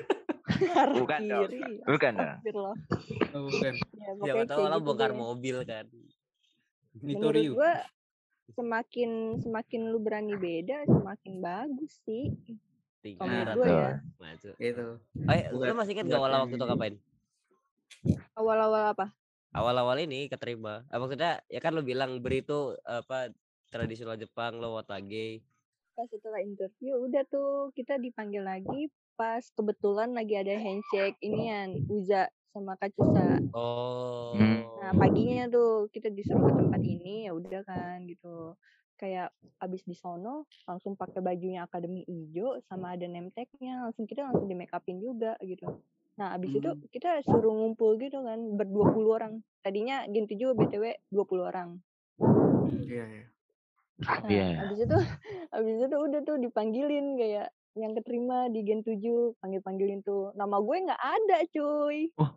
Bukan dong. Harakiri. Bukan dong. Astagfirullah. Oh, bukan. Ya, Siapa pokoknya tahu kayak lah gitu bongkar deh. mobil kan. Menurut Nitoriu. gue semakin semakin lu berani beda, semakin bagus sih. Kalau Nah, menurut gue ya. Masuk. Itu. Eh, Buat- lu masih ingat buat gak Wala yang waktu itu ini. ngapain? Awal-awal apa? Awal-awal ini keterima. Eh, maksudnya ya kan lu bilang Bri itu apa tradisional Jepang, lo wotage. Pas setelah interview udah tuh kita dipanggil lagi pas kebetulan lagi ada handshake inian Uza sama Kacusa. Oh. Hmm. Nah paginya tuh kita disuruh ke tempat ini, ya udah kan gitu. Kayak abis di sono langsung pakai bajunya akademi hijau sama ada name tag-nya, langsung kita langsung di make upin juga gitu. Nah abis itu Hmm. kita suruh ngumpul gitu kan berdua puluh orang. Tadinya gen tujuh B T W dua puluh orang. Iya, iya. Nah, Iya. abis itu abis itu udah tuh dipanggilin kayak yang keterima di gen tujuh, panggil-panggilin tuh. Nama gue nggak ada, cuy. Oh.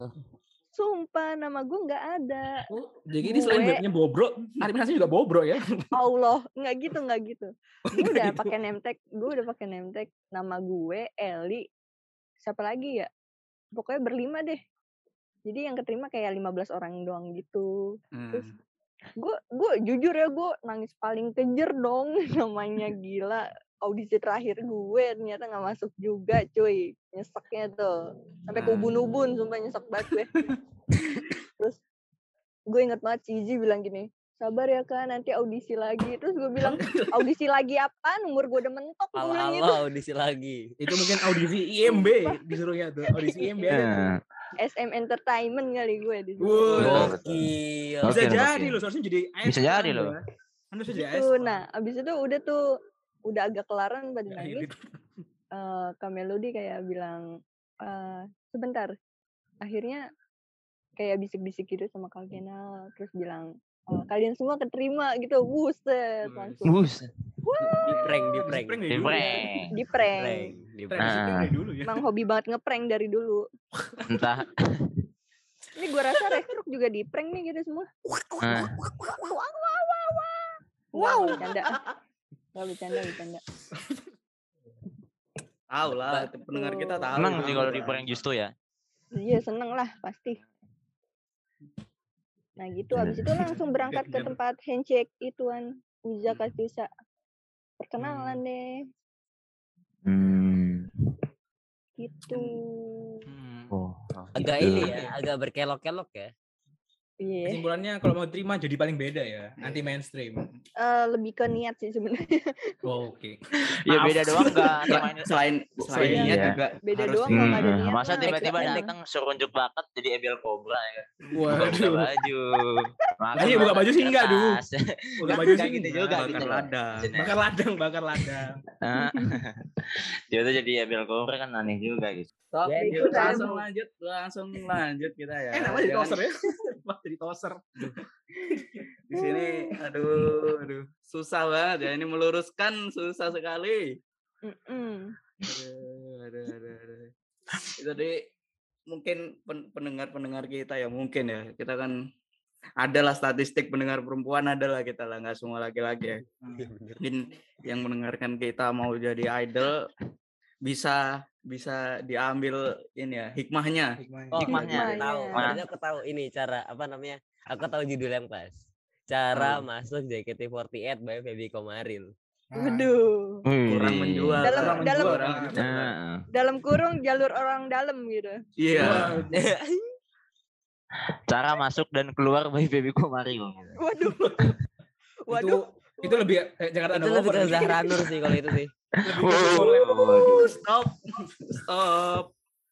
Sumpah nama gue nggak ada. Oh, jadi ini selain Gue- webnya Bobro, animasi juga Bobro ya. Allah, nggak gitu, nggak gitu. Gue Nggak udah gitu. pakai name tag, gue udah pakai name tag. Nama gue Eli. Siapa lagi ya? Pokoknya berlima deh. Jadi yang keterima kayak lima belas orang doang gitu. Terus Hmm. gue gue jujur ya gue nangis paling kejer dong, namanya gila. audisi terakhir gue ternyata nggak masuk juga, cuy. Nyeseknya tuh. Sampai ke ubun-ubun, sumpah nyesek banget gue. Terus gue inget banget si Iji bilang gini, sabar ya Kak, nanti audisi lagi. Terus gue bilang, audisi lagi apa? Umur gue udah mentok. Gue bilang gitu. Ala-ala audisi lagi. Itu mungkin audisi I M B disuruhnya tuh. Audisi I M B aja tuh. Nah, S M Entertainment kali gue di situ. Wah. Gokil. Bisa Gokil, jadi gokil. loh, seharusnya jadi A S Bisa jadi loh. Anda sudah jadi A S. Tuh, nah, abis itu udah tuh, udah agak kelaran pada Ya, nangis. gitu. Uh, Kak Melody kayak bilang, uh, sebentar. Akhirnya kayak bisik-bisik gitu sama Kak Gena. Terus bilang, oh, kalian semua keterima gitu. Buset, langsung. bus. Di prank, di prank. Prank dari Di dulu ya. prank. Di Prank, prank. di Prank prank. dari Ah. dulu ya. Emang hobi banget ngeprank dari dulu. Entah. Ini gue rasa Rekruk juga di prank nih gitu semua. Ah. Wow, bercanda. Wah, bercanda, bercanda. Tahu lah, pendengar kita tahu. Senang itu sih kalau apa. di prank justru ya. Iya, seneng lah, pasti. Nah gitu, habis itu langsung berangkat ke tempat handshake ituan. Uza Katyusha. Perkenalan deh. Hmm. Gitu. Hmm. Oh, Agak gitu. ini ya, agak berkelok-kelok ya. Iya. Kesimpulannya kalau mau terima jadi paling beda ya, anti mainstream. Eh, lebih ke niat sih sebenarnya. Oh, oke. Ya Maaf. beda doang enggak Selain selain selain Iya. niat juga Beda harus doang di- kalau nggak ada Hmm, niat. masa mah tiba-tiba eksperimen. datang suruh unjuk bakat jadi Ebel Cobra ya kan? Buka Waduh. baju. Makan Iya, buka baju sih enggak, kertas. duh. Buka Kan baju kayak sih gitu enggak. juga bakar gitu loh. ladang. Maksudnya. Bakar ladang, bakar ladang. Ah. Dia tuh jadi Ebel Cobra kan aneh juga gitu. Stop, Ya, yuk, itu langsung kan. lanjut, langsung lanjut kita ya. Eh, namanya jadi Jangan- toser ya? Wah, jadi toser. Di sini, aduh, aduh, susah banget ya. Ini meluruskan susah sekali. Mm-mm. Aduh, aduh, aduh, aduh. Itu tadi mungkin pen- pendengar-pendengar kita ya mungkin ya. Kita kan adalah statistik pendengar perempuan adalah kita lah, nggak semua laki-laki ya. Mungkin yang mendengarkan kita mau jadi idol bisa bisa diambil ini ya hikmahnya. Hikmahnya. Oh, Hikmahnya. aku tahu. Hikmahnya. Berarti aku tahu ini cara apa namanya? Aku tahu judul yang pas. Cara Apa? masuk J K T empat delapan by Feby Komaril. Ah. Waduh. Kurang Wih. menjual. Dalam- kurang dalam- menjual, kurang menjual. Nah, Dalam kurung jalur orang dalam gitu. Iya. Wah, cara masuk dan keluar by Baby Komaril. Gitu. Waduh. itu Waduh. itu lebih eh, Jakarta Itu lebih ke Undercover. Zahra Nur sih kalau itu sih. Lebih ke collab. Uh, stop, stop.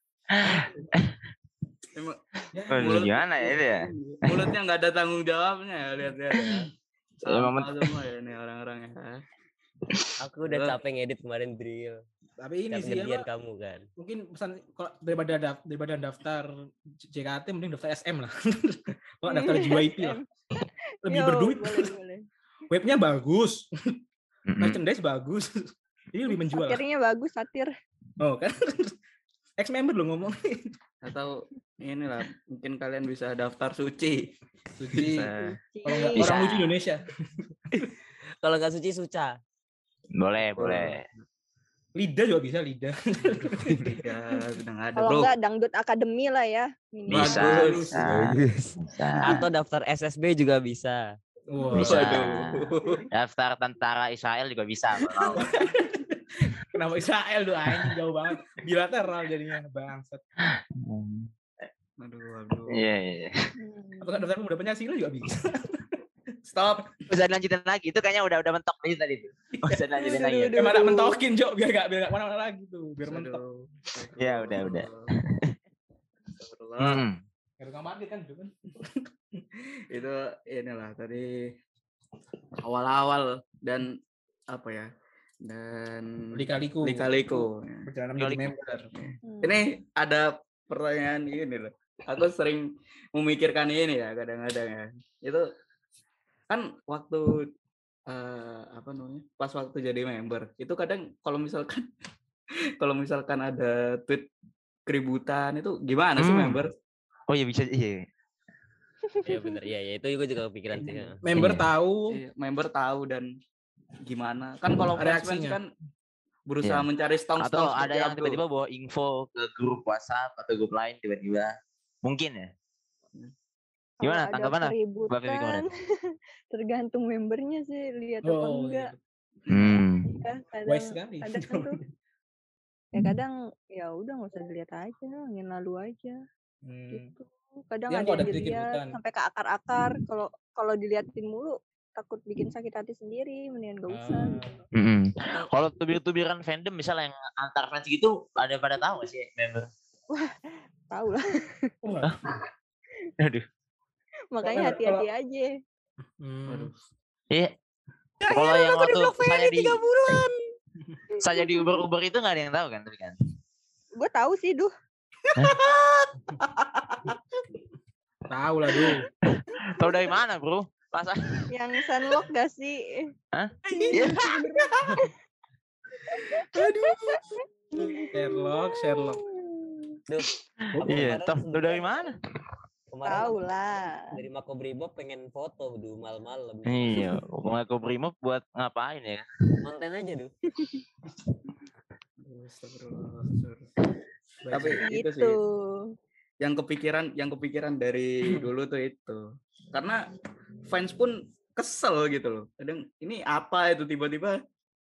Emang Ya, Waduh, Mulut- gimana ya itu ya? mulutnya nggak ada tanggung jawabnya ya, lihat-lihat ya. Emang Sampah semua ya ini orang-orang ya. Aku udah Betul. capek ngedit kemarin drill. Tapi ini Kan sih gedean apa, kamu kan. mungkin pesan kalau daripada daf- daripada daftar J K T mending daftar S M lah. Kalau daftar J Y P lah. Lebih Yo, berduit. Boleh, boleh. Webnya bagus, Mm-mm. merchandise bagus. Jadi lebih menjual. lah. Satirnya bagus, satir. Oh kan. Ex member lo ngomong. Atau inilah mungkin kalian bisa daftar suci. Suci. Bisa. Kalau nggak Bisa. orang lucu Indonesia. Kalau nggak suci suca. Boleh, boleh. Lidah juga bisa lidah. Ya, udah nggak ada Kalau bro. enggak dangdut akademi lah ya. minimal. Bisa, Bagus. bisa. Bisa. Atau daftar S S B juga bisa. Wah. Bisa. Waduh. Daftar tentara Israel juga bisa. kalau mau. Kenapa Israel tuh anjing jauh banget. Bilateral jadinya bangsat. Aduh, aduh. Iya, iya. Hmm. Apakah daftar pemuda Pancasila juga bisa? Stop. Bisa dilanjutin lagi. Itu kayaknya udah udah mentok nih tadi tuh. Bisa dilanjutin lagi. ya? Aduh, Emang nak mentokin Jok biar gak biar gak mana-mana lagi tuh, biar mentok. Aduh. Ya, udah, udah. Astagfirullah. Hmm. Biar gak mati kan gitu kan. Itu inilah tadi awal-awal dan apa ya? Dan Lika-liku. lika-liku. Perjalanan menjadi Lika-liku. member. Hmm. Ini ada pertanyaan ini loh. Aku sering memikirkan ini ya kadang-kadang ya. Itu kan waktu eh, apa namanya? Pas waktu jadi member, itu kadang kalau misalkan kalau misalkan ada tweet keributan itu gimana sih Hmm. member? Oh iya bisa. Iya. Iya bener. Iya, iya. Itu juga juga kepikiran sih. ya. Member Iya. tahu. Iya, member tahu dan gimana? Kan kalau fans fans Reaksinya. kan berusaha Iya. mencari stong-stong Atau ada seperti yang Abdul. tiba-tiba bawa info ke grup WhatsApp atau grup lain tiba-tiba. Mungkin ya. Gimana Kalau ada tanggapan lo? Mbak Feby keributan, kemarin? tergantung membernya sih, lihat apa Oh, enggak. iya. Hmm. Ya, kadang Wise sekali. kadang tuh ya kadang ya udah nggak usah dilihat aja, angin lalu aja Hmm. gitu. Kadang Yang ada kok yang ada sedikit dilihat hutan. sampai ke akar-akar. Kalau kalau diliatin mulu takut bikin sakit hati sendiri, mendingan gak usah Ah. gitu. Mm-mm. Atau Kalau tubir-tubiran fandom misalnya yang antar fans gitu ada pada tahu gak sih member? Tahu lah. Wah. Aduh. Makanya Kalau- hati-hati kalau- aja. Hmm. Waduh. Iya. Kalau yang waktu saya di saya di Uber Uber itu nggak ada yang tahu kan, tapi kan. Gue tahu sih, duh. Tahu lah duh. Tahu dari mana, Bro? Pas Yang sunlock gak sih? Hah? Iya. Sherlock, Sherlock. Duh, aku Iya, kemarin tahu tahu sebenarnya dari mana? kemarin Tahu aku lah. dari Makobrimob pengen foto dulu malam-malam. Iya, mau ke Brimob buat ngapain ya? Konten aja dulu. Astagfirullah. Tapi itu sih Gitu. yang kepikiran yang kepikiran dari dulu tuh itu. Karena fans pun kesel gitu loh. Kadang ini apa itu tiba-tiba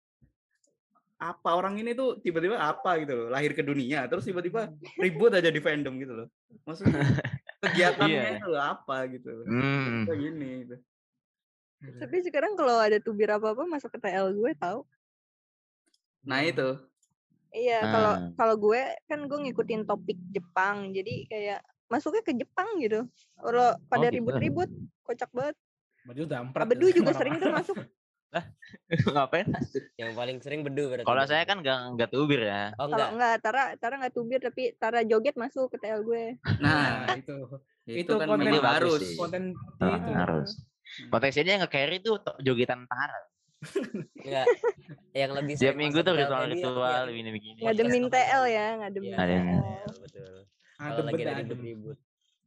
apa orang ini tuh tiba-tiba apa gitu loh, lahir ke dunia terus tiba-tiba ribut aja di fandom gitu loh. Maksudnya kegiatannya Iya. itu apa gitu loh. Hmm. Kayak gini gitu. Tapi sekarang kalau ada tubir apa-apa masuk ke T L gue tahu. Nah itu. Iya, kalau Ah. kalau gue kan gue ngikutin topik Jepang. Jadi kayak masuknya ke Jepang gitu. Kalau pada gitu. ribut-ribut, kocak banget. Baju damprat. Abedu juga sering tuh masuk. Ngapain? Yang paling sering bedu berarti. Kalau saya kan nggak nggak tubir ya. Oh Kalau enggak. enggak, Tara Tara enggak tubir tapi Tara joget masuk ke T L gue. Nah, Nah, itu. itu, itu kan konten memang bagus harus. sih. Konten Ah, itu. harus. Potensinya yang nge-carry tuh to- jogetan Tara. Enggak. Yang lebih Tiap sering minggu masuk tuh ke T L ritual-ritual media, begini-begini. Ngademin T L ya, ngademin Iya, T Ada. L. betul. Adem Kalau lagi ada bet, adem. ribut-ribut.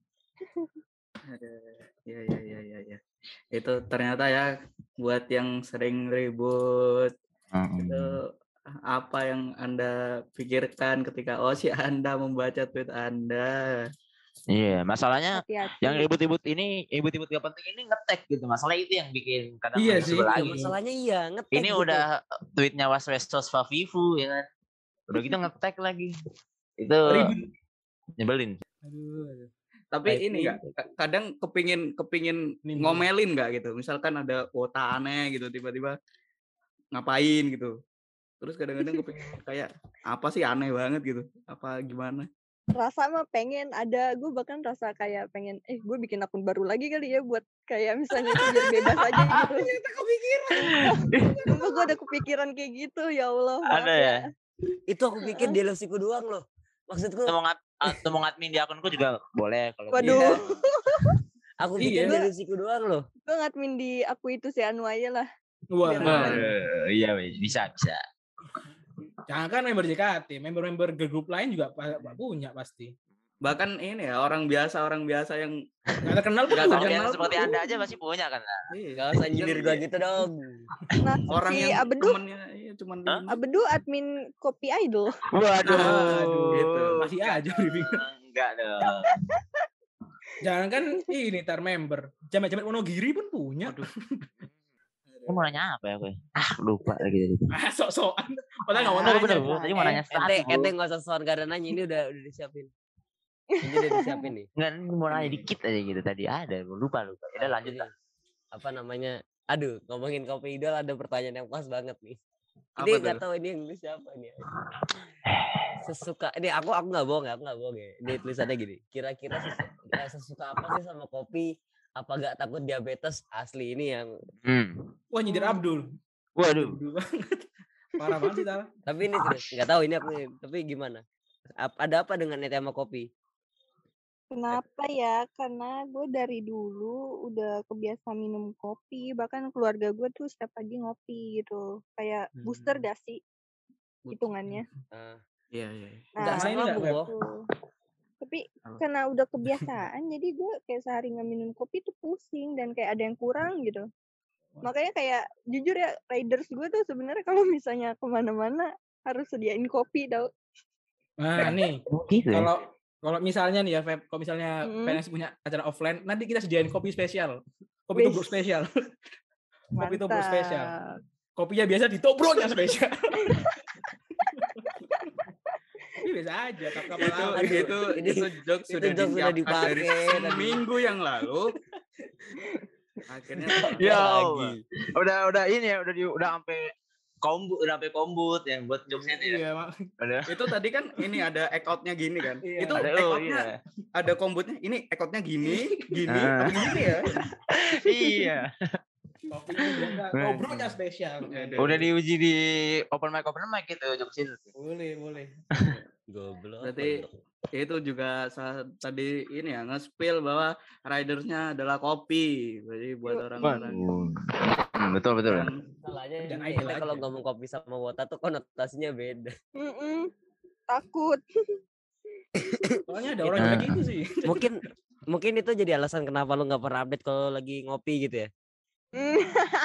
Ada. Ya, ya, ya, ya, ya. Itu ternyata ya buat yang sering ribut Mm-mm. itu apa yang Anda pikirkan ketika oh si Anda membaca tweet Anda. Iya, masalahnya Hati-hati. yang ribut-ribut ini, ribut-ribut gak penting ini nge-tag gitu. Masalah itu yang bikin kadang Iya lebih sih, sebel iya, lagi. betul. Masalahnya iya, ngetek Ini gitu. udah tweetnya Was-Westos Favivu ya kan. Udah gitu nge-tag lagi. Itu Ribut. nyebelin. Aduh, aduh. Tapi Baik, ini enggak kadang kepingin kepingin Nimbul. ngomelin enggak gitu. Misalkan ada kuota aneh gitu tiba-tiba ngapain gitu. Terus kadang-kadang kepingin kayak apa sih aneh banget gitu. Apa gimana? Rasa mah pengen ada, gue bahkan rasa kayak pengen, eh gue bikin akun baru lagi kali ya buat kayak misalnya itu biar bebas aja gitu. Ternyata kepikiran. Sumpah gue ada kepikiran kayak gitu, ya Allah. maaf Ada ya? Itu aku pikir di Lesiku doang loh. Maksudku Atau mau ngat atau mau ngadmin di akunku juga boleh kalau Waduh. gitu. aku Iya. pikir di Lesiku doang loh. Gue ngadmin di aku itu si Anu aja lah. Wah, Biar nah. aman. Eh, iya, weh, bisa bisa. Jangan kan member J K T, member-member girl group lain juga pa- punya pasti. Bahkan ini ya orang biasa orang biasa yang Nggak terkenal pun Nggak punya. terkenal. Yang seperti Anda aja pasti punya kan. iya, Gak usah nyindir gua gitu dong. Nah, orang si yang Abedu, temennya iya cuman Hah? lima. Abedu admin Kopi Idol. Waduh. Aduh, gitu. Masih aja briefing. Enggak dong. Jangan kan ini tar member. Jamet-jamet Wonogiri pun punya. Gue mau nanya apa ya gue? Ah lupa lagi tadi. Ah, sok-sokan. Padahal nggak mau Oh, nanya. bener, Bu. Tadi mau nanya Ente, satu. ente nggak usah soal gak ada nanya, ini udah udah disiapin. Ini udah disiapin nih. Enggak, ini mau nanya dikit aja gitu tadi ada. Gua lupa lupa. Ya udah Ah, lanjut ini, lah. Apa namanya? Aduh, ngomongin Kopi Idol ada pertanyaan yang pas banget nih. Apa Ini tuh? nggak tahu ini yang nulis siapa nih. Sesuka ini aku aku nggak bohong ya, aku nggak bohong ya. Ini tulisannya gini. Kira-kira sesu- eh, sesuka apa sih sama kopi? Apa gak takut diabetes? Asli ini yang. Hmm. Wah, nyindir Abdul. Waduh. Abdul banget. Parah banget sih, Tal. Tapi ini serius, nggak tahu ini aku. Tapi gimana? Ap- ada apa dengan itu sama kopi? Kenapa ya? Karena gue dari dulu udah kebiasa minum kopi. Bahkan keluarga gue tuh setiap pagi ngopi gitu. Kayak booster Hmm. gak sih hitungannya? Ah, Iya, iya. nggak Nah, Sama ini nggak, sama Beb? boh. tuh. Tapi Apa? karena udah kebiasaan, jadi gue kayak sehari nggak minum kopi tuh pusing dan kayak ada yang kurang gitu. Makanya kayak jujur ya, riders gue tuh sebenarnya kalau misalnya kemana-mana harus sediain kopi tau. Nah, nih. Gitu ya? Kalau kalau misalnya nih ya, Feb, kalau misalnya Mm. P N S punya acara offline, nanti kita sediain kopi spesial. Kopi tubruk Wis. spesial. Kopi tubruk spesial. Mantap. kopinya biasa ditobroknya spesial. Ini biasa aja kapal itu laut. itu Ini- itu jokes itu sudah jokes sudah disiapkan dari dipakai tadi. seminggu yang lalu. Akhirnya Ya, lagi. udah udah ini ya, udah di, udah sampai kombut, udah sampai kombut yang buat jokesnya itu ya. Iya, Mak. Udah. itu tadi kan ini ada eck-outnya gini kan. Iya. Itu Ada, oh, eck-outnya iya. ada kombutnya. Ini eck-outnya gini, gini, Ah. apa gini ya. Iya. Kopinya biasa, tobroknya spesial. Ada. Udah diuji di open mic open mic gitu jokes itu. Boleh, boleh. Goblok. Berarti itu juga salah, tadi ini ya nge-spill bahwa ridersnya adalah kopi. Jadi buat orang-orang Hmm, betul betul. yang Salahnya Dan ini, idol kita kalau aja. ngomong kopi sama wota tuh konotasinya beda. Mm-mm. Takut. Soalnya ada orang Nah. kayak gitu sih. Mungkin mungkin itu jadi alasan kenapa lu nggak pernah update kalau lagi ngopi gitu ya. Mm.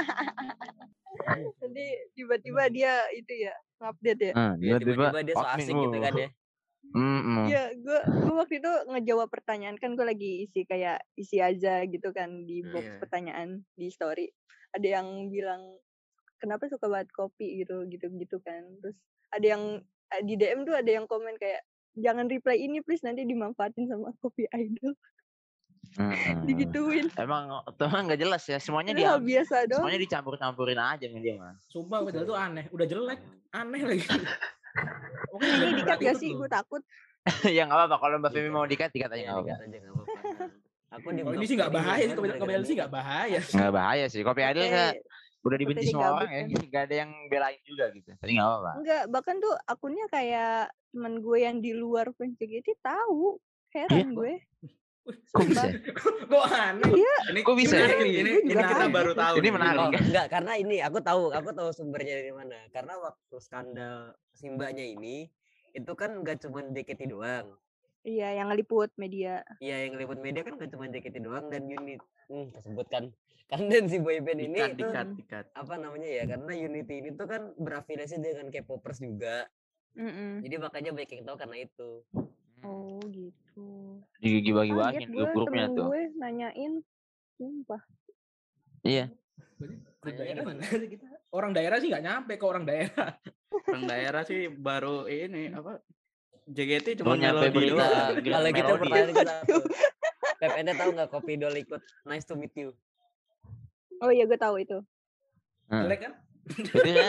Nanti tiba-tiba dia itu ya ngupdate ya. Hmm, Ya, tiba-tiba tiba-tiba dia so admin, asik gitu oh. kan ya. Hmm, hmm. Iya, gue gue waktu itu ngejawab pertanyaan kan gue lagi isi kayak isi aja gitu kan di box Iya. pertanyaan di story. Ada yang bilang kenapa suka banget kopi gitu gitu gitu kan. Terus ada yang eh, di D M tuh ada yang komen kayak jangan reply ini please nanti dimanfaatin sama kopi idol. Hmm. Digituin. Emang teman nggak jelas ya, semuanya Itu hal dia biasa dong. semuanya dicampur-campurin aja sama dia mah. Sumpah padahal tuh aneh, udah jelek, aneh lagi. Oke, Ini jelek dikat berat gak itu sih? tuh. Gue takut. Ya nggak apa-apa kalau Mbak Femi mau dikat dikat aja Iya, nggak apa-apa. dikat aja nggak apa-apa. Aku di Kalau ini sih nggak bahaya sih, kopi kopi idol sih nggak bahaya. Nggak bahaya sih, kopi idol Oke. nggak udah dibenci Takutnya semua orang digabut ya, kan. nggak ada yang belain juga gitu. Tapi nggak apa-apa. Enggak, bahkan tuh akunnya kayak teman gue yang di luar fans J K T tahu. Heran Iya? gue. Kok bisa? Kok aneh? Iya, ini Kok bisa ini, ya? ini, ini, Gue juga kita kaget. baru tahu. Ini nih, menarik. Oh, baru tahu. enggak, karena ini aku tahu, aku tahu sumbernya dari mana. Karena waktu skandal Simbanya ini, itu kan nggak cuma J K T doang. iya yang ngeliput media. Iya, yang liput media kan nggak cuma J K T doang dan unit. Hmm, tersebut kan. Kan dan si boyband ini Dikat, tuh dikat, dikat. apa namanya ya? Karena Unity ini tuh kan berafiliasi dengan K-popers juga. Mm-mm. Jadi makanya banyak yang tahu karena itu. Oh gitu. Dibagi-bagi Kaget di gue grupnya temen tuh. gue nanyain. Sumpah. Iya. Grup daerah mana sih kita? Orang daerah sih nggak nyampe ke orang daerah. Orang daerah sih baru ini apa J K T Belum cuma nyampe melodi berita doang. Grand Kalau gitu Melody. pertanyaan kita satu. Pep, ente tahu nggak Kopi Idol ikut Nice to Meet You? Oh iya gue tahu itu. Hmm. Jelek kan? Itu ya.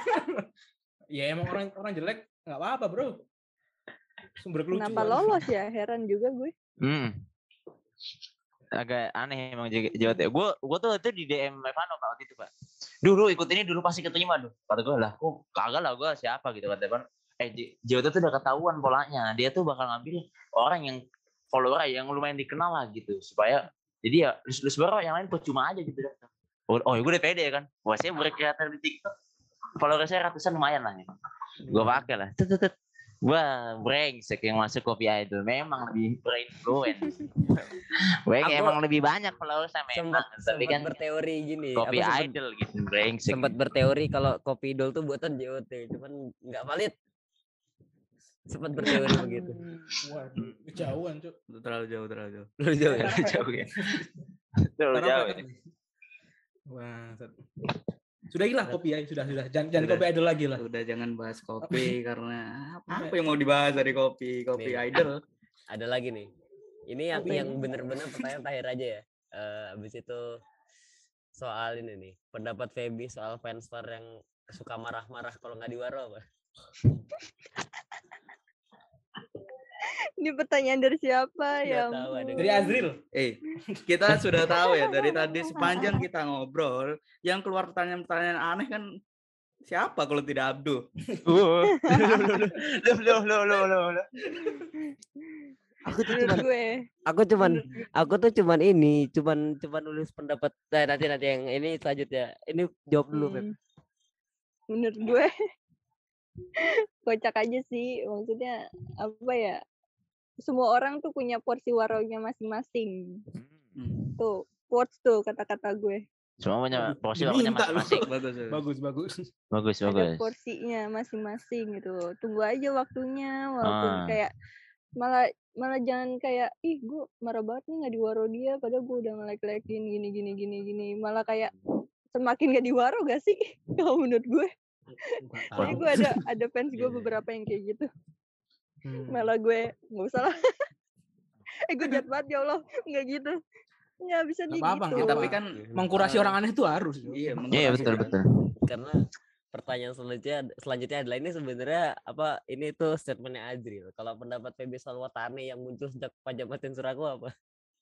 Ya emang orang orang jelek nggak apa-apa bro. Sumber kelucuan. Kenapa lolos ya? Heran juga gue. Hmm. Agak aneh emang J K T. Gue gue tuh itu di D M Mevano Pak waktu itu Pak. Dulu ikut ini dulu pasti keterima tuh. Kata gue lah, kok kagak lah gue siapa gitu kata Evan. Eh J K T tuh udah ketahuan polanya. Dia tuh bakal ngambil orang yang follower yang lumayan dikenal lah gitu supaya jadi ya lulus baru yang lain percuma aja gitu. Oh, oh ya gue udah pede kan. Wah saya berkreator di TikTok. Follower saya ratusan lumayan lah nih. Gue pakai lah. Tut, tut, tut. Wah, brengsek yang masuk Kopi Idol memang lebih berinfluence. Gue Aku emang lebih banyak followersnya memang, Sempat tapi sempat kan berteori gini. Kopi Aku sempat Idol gitu brengsek. sempat berteori kalau Kopi Idol tuh buatan J O T, cuman nggak valid. Sempat berteori begitu. Waduh, kejauhan cuk. Terlalu jauh, terlalu jauh. Lu jauh ya? Jauh ya. Terlalu Parah jauh. banget ya. nih. Wah, set. Sudah gila kopi ya, sudah sudah. Jangan jangan Sudah. kopi idol lagi lah. Udah jangan bahas kopi karena apa yang mau dibahas dari kopi, kopi Nih. idol. Ada lagi nih. Ini yang Apa yang ini? bener-bener pertanyaan terakhir aja ya. Eh abis itu soal ini nih, pendapat Feby soal fanstar yang suka marah-marah kalau nggak diwaro apa? Ini pertanyaan dari siapa Nggak ya? tahu, ada ampun. Dari Azril. Eh, kita sudah tahu ya dari tadi sepanjang kita ngobrol, yang keluar pertanyaan-pertanyaan aneh kan siapa kalau tidak Abduh? Loh, loh, loh, loh, loh, loh. Aku tuh Menurut cuman gue. aku cuman menurut- aku tuh cuman ini, cuman cuman nulis pendapat. Nah, nanti nanti yang ini selanjutnya. Ini jawab dulu, Feb. Hmm. Menurut gue kocak aja sih. Maksudnya apa ya? Semua orang tuh punya porsi waronya masing-masing. Hmm. Tuh, quotes tuh kata-kata gue. Semua punya Waduh, porsi waktunya diminta lu. masing-masing. Bagus, bagus. Bagus bagus. Bagus, Ada bagus. porsinya masing-masing gitu. Tunggu aja waktunya walaupun Ah. kayak malah malah jangan kayak ih gue marah banget nih nggak diwaro dia padahal gue udah nge-like-likein gini gini gini gini malah kayak semakin gak diwaro gak sih? Kalau menurut gue. Nggak Jadi tahu. gue ada ada fans gue Iya, iya. beberapa yang kayak gitu. Hmm. Malah gue nggak usah lah. eh gue jahat banget ya Allah. Nggak gitu. Nggak bisa Nggak dia apa-apa, gitu. nggak Ya, tapi apa-apa. kan Mengkurasi eh, orang aneh itu harus. Jo. iya, Iya mengkurasi betul kan. betul. Karena pertanyaan selanjutnya selanjutnya adalah ini sebenarnya apa ini tuh statementnya Azril. Kalau pendapat P B soal Watane yang muncul sejak Pajama Tensuraku apa?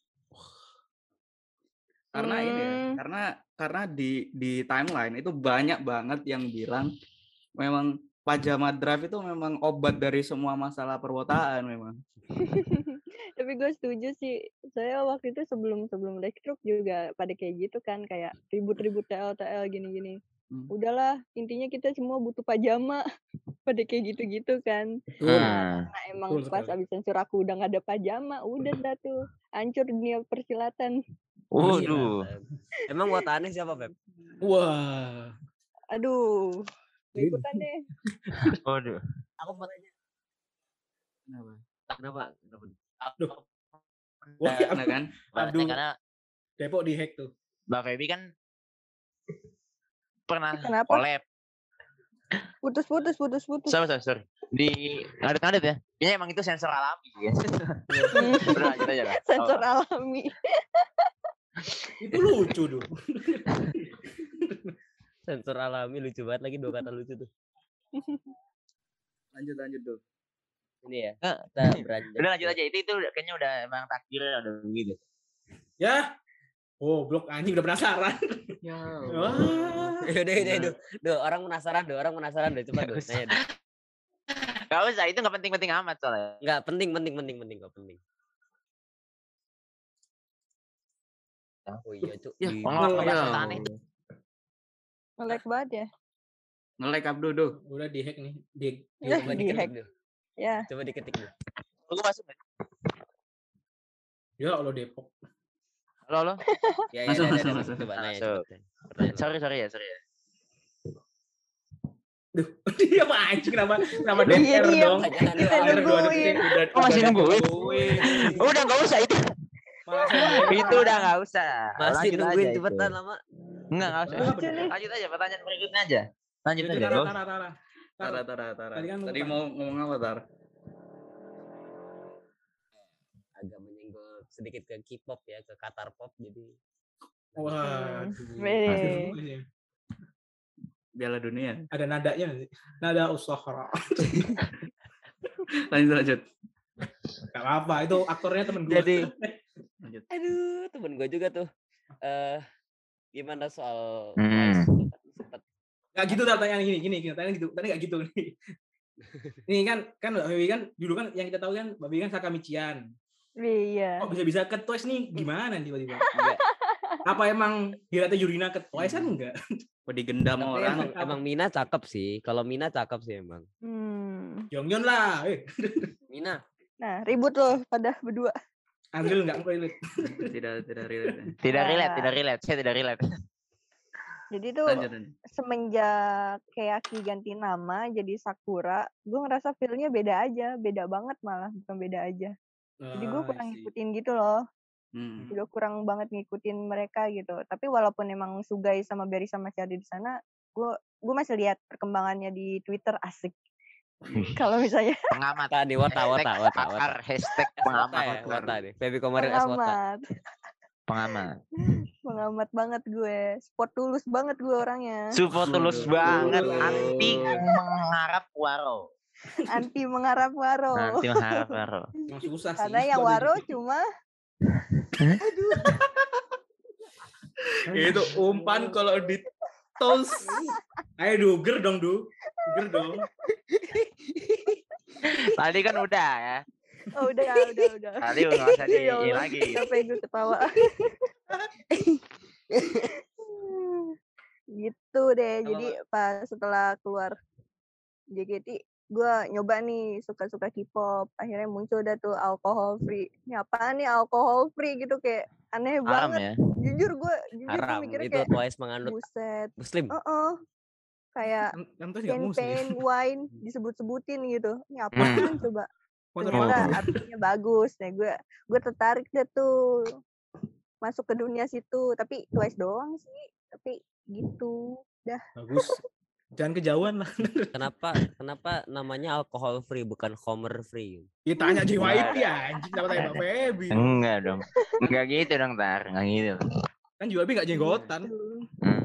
Karena ini ya, Hmm. karena karena di di timeline itu banyak banget yang bilang memang Pajama Drive itu memang obat dari semua masalah perwotaan memang. Tapi gue setuju sih. Saya waktu itu sebelum sebelum Deathstroke juga pada kayak gitu kan, kayak ribut-ribut T L T L gini-gini. Hmm. Udahlah, intinya kita semua butuh pajama. Pada kayak gitu-gitu kan. Betul. Nah, Hmm. karena emang Betul pas sekali. abis sensor aku udah gak ada pajama, udah dah tuh hancur dunia persilatan. Waduh. Emang Watane siapa, Pep? Wah. Aduh, gak Ini. ikutan deh. Waduh. Aku mau tanya. Kenapa? Kenapa? Kenapa? Duh. Wah, Nah, Nah kan? Aduh. Karena Depok dihack tuh. Mbak Feby kan pernah Kenapa? collab. Putus, putus, putus, putus. Sorry, sorry, sorry. Di ngadet-ngadet ya. Kayaknya emang itu sensor alami ya. Udah lanjut aja lah. Sensor Oh, alami. Itu lucu tuh. Sensor alami lucu banget lagi dua kata lucu tuh. Lanjut lanjut tuh. Ini ya. Eh, Kita beranjak. udah lanjut aja. Itu itu udah- kayaknya udah emang takdirnya udah begitu. Ya. Oh, blok anjing udah penasaran. Ya. Wah. Udah, udah, udah, udah. Duh, orang penasaran, duh, orang penasaran, duh, cepat, duh. Nggak usah. Nanya, duh. Gak usah, itu gak penting-penting amat soalnya. Enggak, penting, penting, penting, penting, kok penting. Oh iya, Cuk. Ya, Di- Oh, nggak ya ngebahas Allah. aneh. Nge-lag banget ya. Nge-lag Abdu tuh. Udah dihack nih. Di, di, Ya, Coba di diketik, hack. duh. Ya. Coba diketik, duh. Lu masuk nggak? Ya Allah Depok. Halo, halo. Ya, ya, Masuk, ya, masuk, ya, masuk. coba nanya, Masuk. coba. Pertanyaan lo. Sorry, sorry ya, sorry ya. Duh, dia apa anjing kenapa kenapa Iya, D R iya. dong? Pertanyaan Kita lo. R dua nungguin. detik udah. Oh, masih udah nungguin? nungguin. Udah gak usah itu. Malah saya Itu udah gak usah. Masih Lanjut nungguin aja cepetan itu. lama. Enggak, gak usah. Lucu nih. Lanjut aja, pertanyaan berikutnya aja. Lanjut Itu aja. Tara, Gak Tara, usah. Tara. Tara Tara Tara. Tadi kan Tadi lupa. mau ngomong apa Tar? Agak menyenggol sedikit ke K-pop ya, ke Qatar pop jadi. Wah. Wede. Piala Dunia. Ada nadanya nggak sih? Nada ushara. Lanjut lanjut. Gak apa-apa, itu aktornya temen gue. Jadi, Lanjut. aduh, temen gue juga tuh. Eh, gimana soal Hmm. Twice? Sempat Gak gitu pertanyaan gini, gini, gini. Tadi gitu, tadi gak gitu nih. Ini kan, kan Mbak Bebi kan dulu kan yang kita tahu kan Mbak Bebi kan Sakamichian. Iya. Kok bisa-bisa ke Twice nih? Gimana tiba-tiba? enggak. Apa emang Hirata Yurina ke Twice kan enggak? Kok digendam Tapi orang. emang, emang Mina cakep sih. Kalau Mina cakep sih emang. Hmm. Yongyeon lah. Eh, Mina. Nah, ribut loh pada berdua. Andril enggak relate. Tidak tidak relate. Tidak Nah. relate, tidak relate. Saya tidak relate. Jadi tuh Lanjut lanjut. semenjak Keyaki ganti nama jadi Sakura, gue ngerasa feel-nya beda aja, beda banget malah, bukan beda aja. Jadi gue Ah, kurang I see. ngikutin gitu loh, Hmm. udah kurang banget ngikutin mereka gitu. Tapi walaupun emang Sugai sama Berry sama Charlie di sana, gue gue masih lihat perkembangannya di Twitter asik. Kalau misalnya Pengamat. Wata nih, wata, wata, Hashtag wata, A wata. R, hashtag Es wata pengamat. ya, wata nih. Baby Komarin es wata. pengamat, Pengamat. pengamat banget gue, sport tulus banget gue orangnya, Support tulus Waduh. banget. Waduh. Anti mengharap waro. anti mengharap waro. Anti mengharap waro. Emang susah sih. Karena yang buat waro jadi- cuma Itu umpan kalau di toast. Ayo Du, ger dong Du. Ger dong. Tadi kan udah ya. oh udah udah udah. Tadi nggak usah di Ya ini Allah, lagi. sampai gue ketawa. Gitu deh. Jadi pas setelah keluar J K T, gue nyoba nih suka-suka K-pop. Akhirnya muncul dah tuh alcohol free. Ini apaan nih alcohol free gitu, kayak aneh Haram banget. ya. Jujur gue, jujur gue Haram. mikirnya Itu kayak Twice menganut buset. Muslim. Heeh. Kayak Kan kan tuh enggak muslim. champagne wine disebut-sebutin gitu. Ini apaan coba? Motor Ternyata motor. artinya bagus. Nah, gue gue tertarik deh tuh masuk ke dunia situ. Tapi Twice doang sih. Tapi gitu. Dah. Bagus. Jangan kejauhan lah. Kenapa kenapa namanya alkohol free bukan Homer free? Ditanya J Y P anjing, kenapa tanya Mbak Feby? Enggak dong. Enggak gitu dong, Tar. Enggak gitu. Kan J Y P enggak jenggotan. Tuh. Hmm.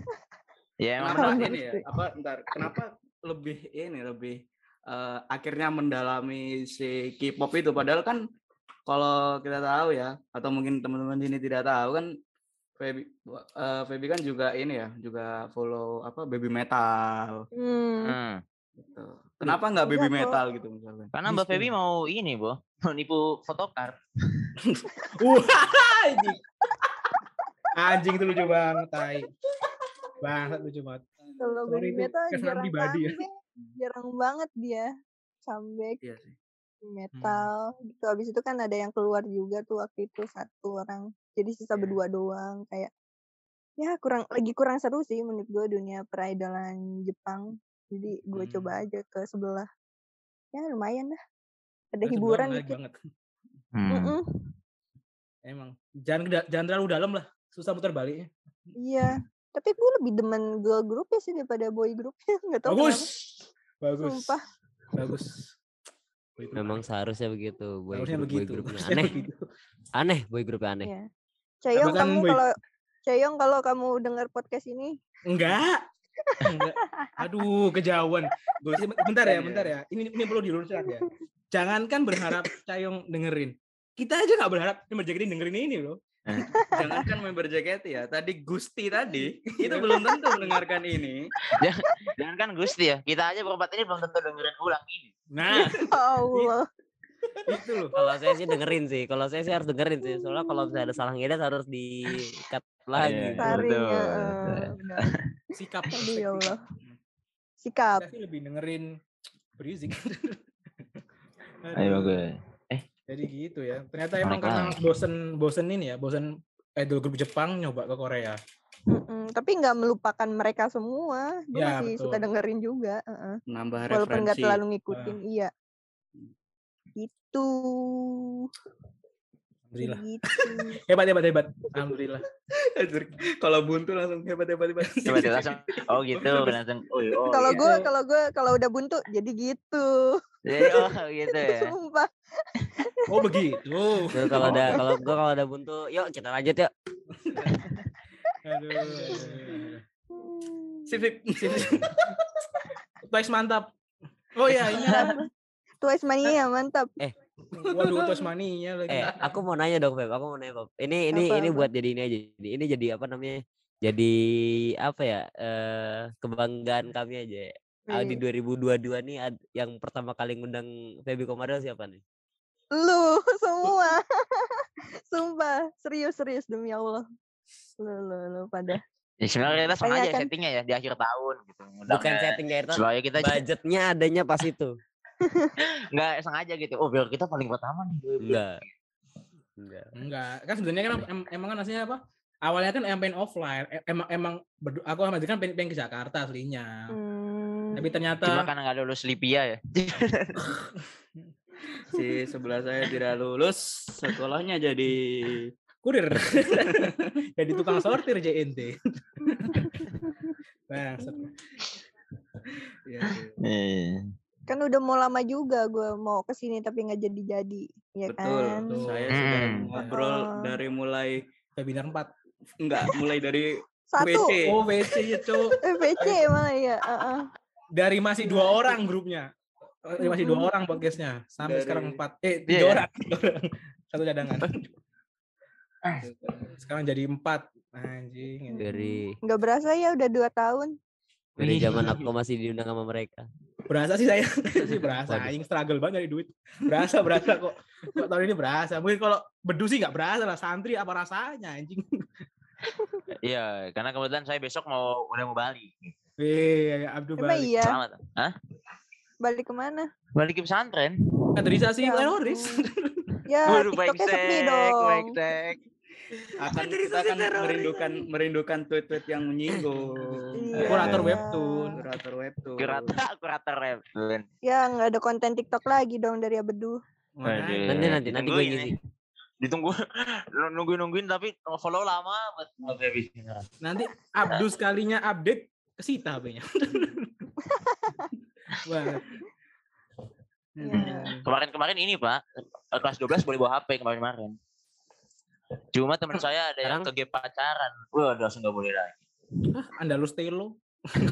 Ya emang Kenapa Homer ini ya? free. Apa ntar kenapa lebih ini lebih eh, akhirnya mendalami si K-pop itu padahal kan kalau kita tahu ya atau mungkin teman-teman sini tidak tahu kan Feby eh, Feby kan juga ini ya juga follow apa baby metal Hmm. Hmm. gitu. Kenapa nggak baby Enggak kok. metal gitu misalnya? Karena Mbak Bisa. Feby mau ini, Bo. Mau nipu photocard. Wah, anjing. Anjing itu lucu banget, tai. Bangsat lucu banget. Kalau Sorry, baby itu metal kesenangan jarang pribadi ya. comeback. Jarang banget dia comeback Iya sih. metal gitu. Habis itu kan ada yang keluar juga tuh waktu itu satu orang. Jadi sisa Iya. berdua doang kayak ya kurang lagi kurang seru sih menurut gue dunia peridolan Jepang. Jadi gue Hmm. coba aja ke sebelah. Ya lumayan dah. Ada Nah, hiburan sebelah menarik dikit. banget. Hmm. Mm-mm. Emang jangan keda- jangan terlalu dalam lah, susah muter baliknya. Iya. Tapi gue lebih demen girl group ya sih daripada boy group. Nggak tahu Bagus. kenapa. Bagus. Sumpah. Bagus. Boy group Memang aneh. seharusnya begitu. Boy Harusnya group, boy begitu. groupnya Harusnya aneh. begitu. Aneh boy groupnya aneh. Iya. Ceyong Bahkan kamu boy- kalau Ceyong kalau kamu dengar podcast ini Enggak. Enggak. Aduh, kejauhan. Gus, Bentar ya, kan bentar ya. Ini ini perlu diluruskan ya. Jangankan berharap Cayong dengerin. Kita aja nggak berharap yang berjaga dengerin ini loh. Jangankan member J K T ya, tadi Gusti tadi itu belum tentu mendengarkan ini. Jangan kan Gusti ya. Kita aja berempat ini belum tentu dengerin ulang ini. Nah, Allah. itu loh. Kalau saya sih dengerin sih. Kalau saya sih harus dengerin sih. Soalnya kalau misalnya ada salah ngedit harus di cut lagi. Iya, bro. Saring betul. ya. eh, benar. Sikap. Aduh ya Allah. Kita Sikap. sih lebih dengerin berisik. Ayo Aduh. gue. Jadi gitu ya. Ternyata emang Mereka- karena bosen bosen ini ya, bosen idol grup Jepang nyoba ke Korea. Mm-mm, tapi nggak melupakan mereka semua. Gue Ya, masih betul. suka dengerin juga. uh-uh. Nambah Walaupun nggak referensi. terlalu ngikutin. Iya. Gitu. Alhamdulillah. Gitu. Hebat hebat hebat. Alhamdulillah. Kalau buntu langsung hebat hebat hebat. Coba deh, langsung. Oh gitu. Langsung. Oh, oh Kalau gitu. gue kalau gue kalau udah buntu jadi gitu. Jadi, oh gitu ya. Sumpah. Oh begitu. Tuh, kalau ada kalau gua kalau ada buntu, yuk kita lanjut yuk. Aduh. aduh. Sip, sip. Twice mantap. Oh iya ini kan. Twice Mania mantap. Waduh Twice Mania lagi. Eh, aku mau nanya dong, Feb. Aku mau nanya, Feb. Ini ini Apa, ini apa? buat jadi ini aja. Jadi ini jadi apa namanya? Jadi apa ya? Eh kebanggaan kami aja. Ah, di Wih. dua ribu dua puluh dua nih ad- yang pertama kali ngundang Feby Komarel siapa nih? Lu semua. Sumpah, serius serius demi Allah. Lu lu lu pada. Ya, sebenarnya kita sengaja Kayak kan- settingnya ya di akhir tahun gitu. Bukan ngundangnya. setting dari tahun. Supaya kita Budgetnya adanya pas itu. nggak sengaja gitu. Oh biar kita paling pertama nih. Enggak. Enggak. Enggak, kan sebenarnya kan em- emang kan aslinya apa? Awalnya kan emang pengen offline, E- emang emang berdu- aku sama dia kan pengen, pengen ke Jakarta aslinya. Hmm. Tapi ternyata Cuma karena nggak lulus Lipia ya. Si sebelah saya tidak lulus, sekolahnya jadi kurir. Jadi tukang sortir J N T. Bangsat. ya, Iya. Kan udah mau lama juga gue mau kesini tapi nggak jadi-jadi, ya betul. kan? Betul. Saya sudah Hmm. ngobrol Oh. dari mulai Webinar empat. enggak, mulai dari Satu. W C. Oh, W C itu Eh, V C malah ya. uh-uh. dari masih dua orang grupnya. Eh, Masih dua orang podcastnya. Sampai Dari- sekarang empat. Eh, Iya, tiga ya? orang. Tiga orang. Satu cadangan. Sekarang jadi empat. Anjing. anjing. Dari Nggak berasa ya udah dua tahun. dari Wih. zaman aku masih diundang sama mereka. Berasa sih saya. sih berasa. Waduh. Aing struggle banget nyari duit. Berasa, berasa kok. Kok tahun ini berasa. Mungkin kalau bedu sih nggak berasa lah. Santri apa rasanya anjing. Iya, karena kebetulan saya besok mau udah mau balik. Wih, Abdul Emang balik. iya. Selamat. Hah? Balik kemana? Balik ke pesantren. Kaderisasi Ya teroris. Ya, Waduh, baik TikToknya sepi sek, dong. baik sek. Akan kita akan merindukan merindukan tweet-tweet yang menyinggung. Iya. Kurator webtoon. Kurator webtoon. Kurator, kurator webtoon. Ya nggak ada konten TikTok lagi dong dari Abedu. Makanya. Waduh. Nanti nanti nanti gue Tungguin ngisi. Ditunggu nungguin nungguin tapi follow lama buat Mbak Feby. Nanti Abdul sekalinya update kesita H P-nya. Wah. Iya. Kemarin-kemarin ini Pak, kelas dua belas boleh bawa H P kemarin-kemarin. Cuma teman saya ada yang Sekarang? ke game pacaran. Wah, langsung nggak boleh lagi. Andalus Telo.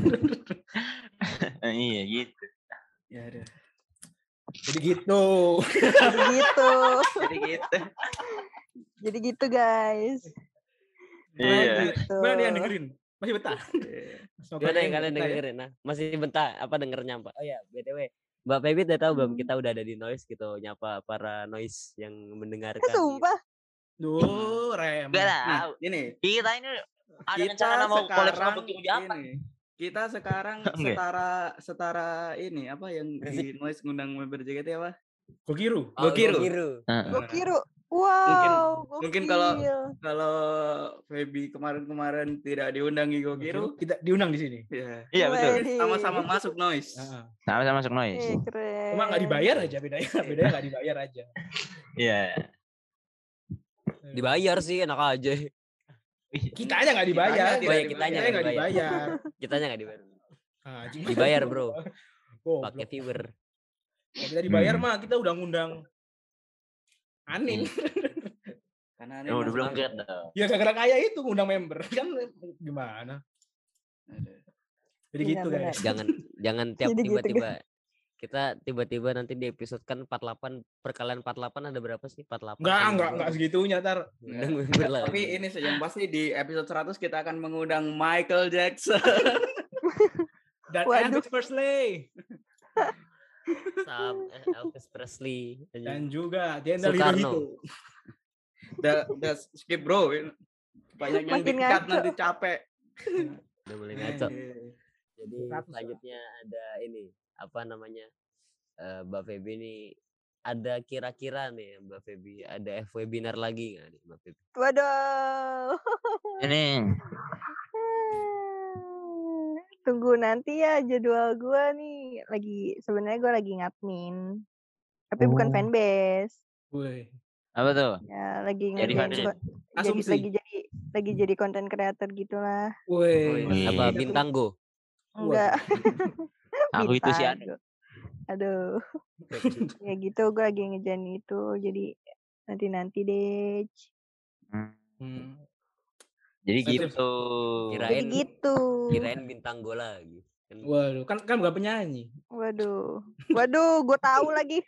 Iya gitu. Ya udah. Jadi gitu. Jadi gitu. Jadi gitu. Jadi gitu guys. Iya. Gitu. Gimana yang dengerin? Masih betah? Semoga Gimana yang kalian kalian betah ya. dengerin? Nah, masih bentar apa dengernya Pak? Oh ya, B T W. Mbak Feby udah tahu belum Hmm. kita udah ada di Noise gitu, nyapa para Noise yang mendengarkan. Eh, sumpah. Duh, rem. Enggak Nah, lah. ini Kita ini ada kita rencana mau collab sama sekarang Bukti Japan. ini. Kita sekarang Enggak. setara setara ini apa yang di Noise ngundang member J K T apa? Gokiru. Oh, Gokiru. Gokiru. Gokiru. Wow. mungkin kalau- gokil. Kalau Feby kemarin-kemarin tidak diundang di Gokiru, Kita diundang di sini. ya Iya betul. Widih. sama-sama masuk Noise. Heeh. Sama-sama masuk Eh, noise. keren. Cuma nggak dibayar aja bedanya. Bedanya nggak dibayar aja. Iya. Dibayar sih enak aja. Kitanya nggak dibayar. Kitanya Oh iya, tidak kitanya nggak nggak dibayar. Kitanya nggak dibayar. Ah, anjing. Dibayar, Bro. Goblok. Pakai viewer. Kalau kita dibayar Hmm. mah kita udah ngundang Anin. Karena ini Oh, udah masuk- belum get dong. Ya gara-gara kaya itu ngundang member. Kan gimana? Ada. Jadi Iya, gitu benar. guys. Jangan jangan tiap Jadi gitu, tiba-tiba kita tiba-tiba nanti di episode kan empat puluh delapan perkalian empat puluh delapan ada berapa sih? empat puluh delapan. Enggak, kali enggak, dua. enggak segitunya ntar. Undang member lah. Tapi ini sih yang pasti di episode seratus kita akan mengundang Michael Jackson. Dan Waduh. Elvis Presley. Sam, eh, Elvis Presley. Dan juga Jenderal Soekarno. Hirohito. Udah, udah skip bro. Banyak yang Makin di-cut ngaco. nanti capek. Udah mulai ngaco. Eh, Jadi seratus, selanjutnya ada ini apa namanya eh, Mbak Feby ini ada kira-kira nih Mbak Feby ada F webinar lagi nggak nih Mbak Feby? Waduh. Ini Tunggu nanti ya jadwal gua nih. Lagi sebenarnya gua lagi ngadmin. Tapi bukan Oh. fanbase. Woi. apa tuh? Ya lagi Jadi ngerjain Fadrin. ko- jadi Asumsi. lagi jadi lagi jadi konten creator gitulah. Woi. Wih. Apa Iya. bintang go? Enggak. Aku itu si Bintang. Anu. Aduh. Ya gitu gue lagi ngejain itu. Jadi nanti-nanti deh. Hmm. Hmm. Jadi Terus. gitu. Kirain Jadi gitu. kirain bintang go lagi. Kan Waduh, kan kan bukan penyanyi. Waduh. Waduh, gue tahu lagi.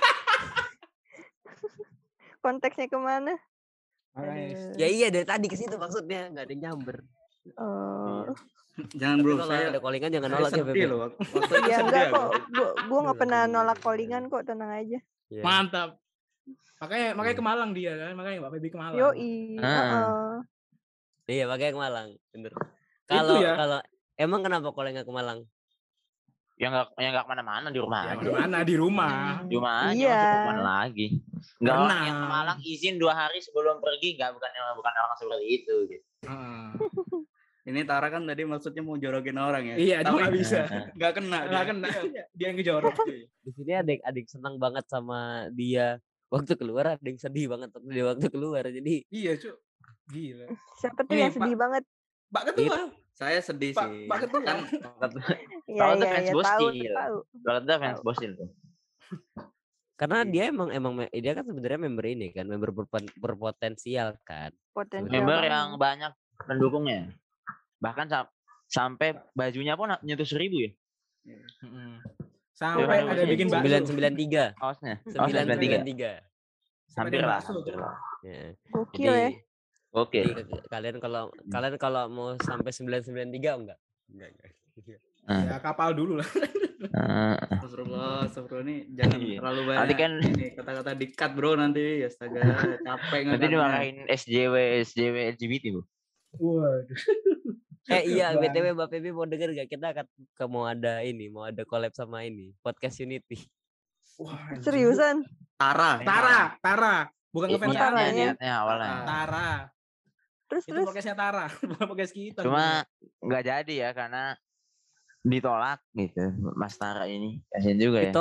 Konteksnya kemana? Makanya. Aduh. ya iya dari tadi ke situ maksudnya nggak ada yang nyamber. Oh. Jangan Tapi bro, kalau saya, ada callingan jangan saya nolak ya sedih Feby. loh. Waktu itu Ya sedih enggak aku. kok. Gue gue nggak Aduh, pernah aduh, nolak aduh. callingan kok. Tenang aja. Iya. Mantap. Makanya makanya Hmm. ke Malang dia kan, makanya Mbak Feby ke Malang. Yoi. Ah. Heeh. Iya makanya ke Malang, bener. Kalau ya. kalau emang kenapa kalau nggak ke Malang? Yang enggak yang enggak kemana-mana di rumah Ya aja. mana di rumah. Di rumah aja Iya. masuk kemana lagi. Enggak orang yang Tenang. ke Malang izin dua hari sebelum pergi enggak bukan bukan orang seperti itu gitu. Heeh. Ini Tara kan tadi maksudnya mau jorokin orang ya. Iya, cuma Tapi nggak bisa. nggak kena. Nggak dia. kena. Dia yang ngejorok. Di sini adik-adik senang banget sama dia. Waktu keluar ada yang sedih banget waktu dia waktu keluar. Jadi Iya, Cuk. Gila. Siapa tuh Nih, yang sedih banget? Pak Ketua. Saya sedih Pak sih. Pak Ketua. Kan Iya Kalau tuh iya fans iya tahu Bostil. tahu. Kalau itu fans Bosil tuh. karena Iya. dia emang emang me- dia kan sebenarnya member ini kan, member berpen- berpotensial kan. Potensial Member banget. yang banyak pendukungnya. Bahkan sam- sampai bajunya pun nyentuh seribu ya. Heeh. Sampai Iya, ada iya. bikin bakso. sembilan sembilan tiga Kaosnya. Oh, sembilan sembilan tiga. sembilan tiga Hampir Ada lah. bakso, hampir Cuk. lah. Ya. Gokil Jadi, ya. Oke. jadi ke- kalian kalau kalian kalau mau sampai sembilan sembilan tiga enggak? Enggak, enggak. Ya kapal dulu lah. Eh, Astagfirullah, astagfirullah nih jangan Iya. terlalu banyak. Nanti kan- ini kata-kata di-cut bro nanti. Astaga, capek nanti ngangkatnya. dimarahin S J W S J W L G B T bu. Waduh. Eh iya, Bang. B T W Mbak Feby mau denger gak? Kita akan ke mau ada ini, mau ada collab sama ini, Podcast Unity. Wah, anjing. Seriusan? Tara. Tara, Tara. Bukan Iya, ngefans Tara Tara. ya? niatnya awalnya. Ah. Tara. Terus Itu terus podcastnya Tara, bukan podcast kita. Cuma nggak jadi ya karena ditolak gitu Mas Tara ini. Kasian juga ya. Ditolak.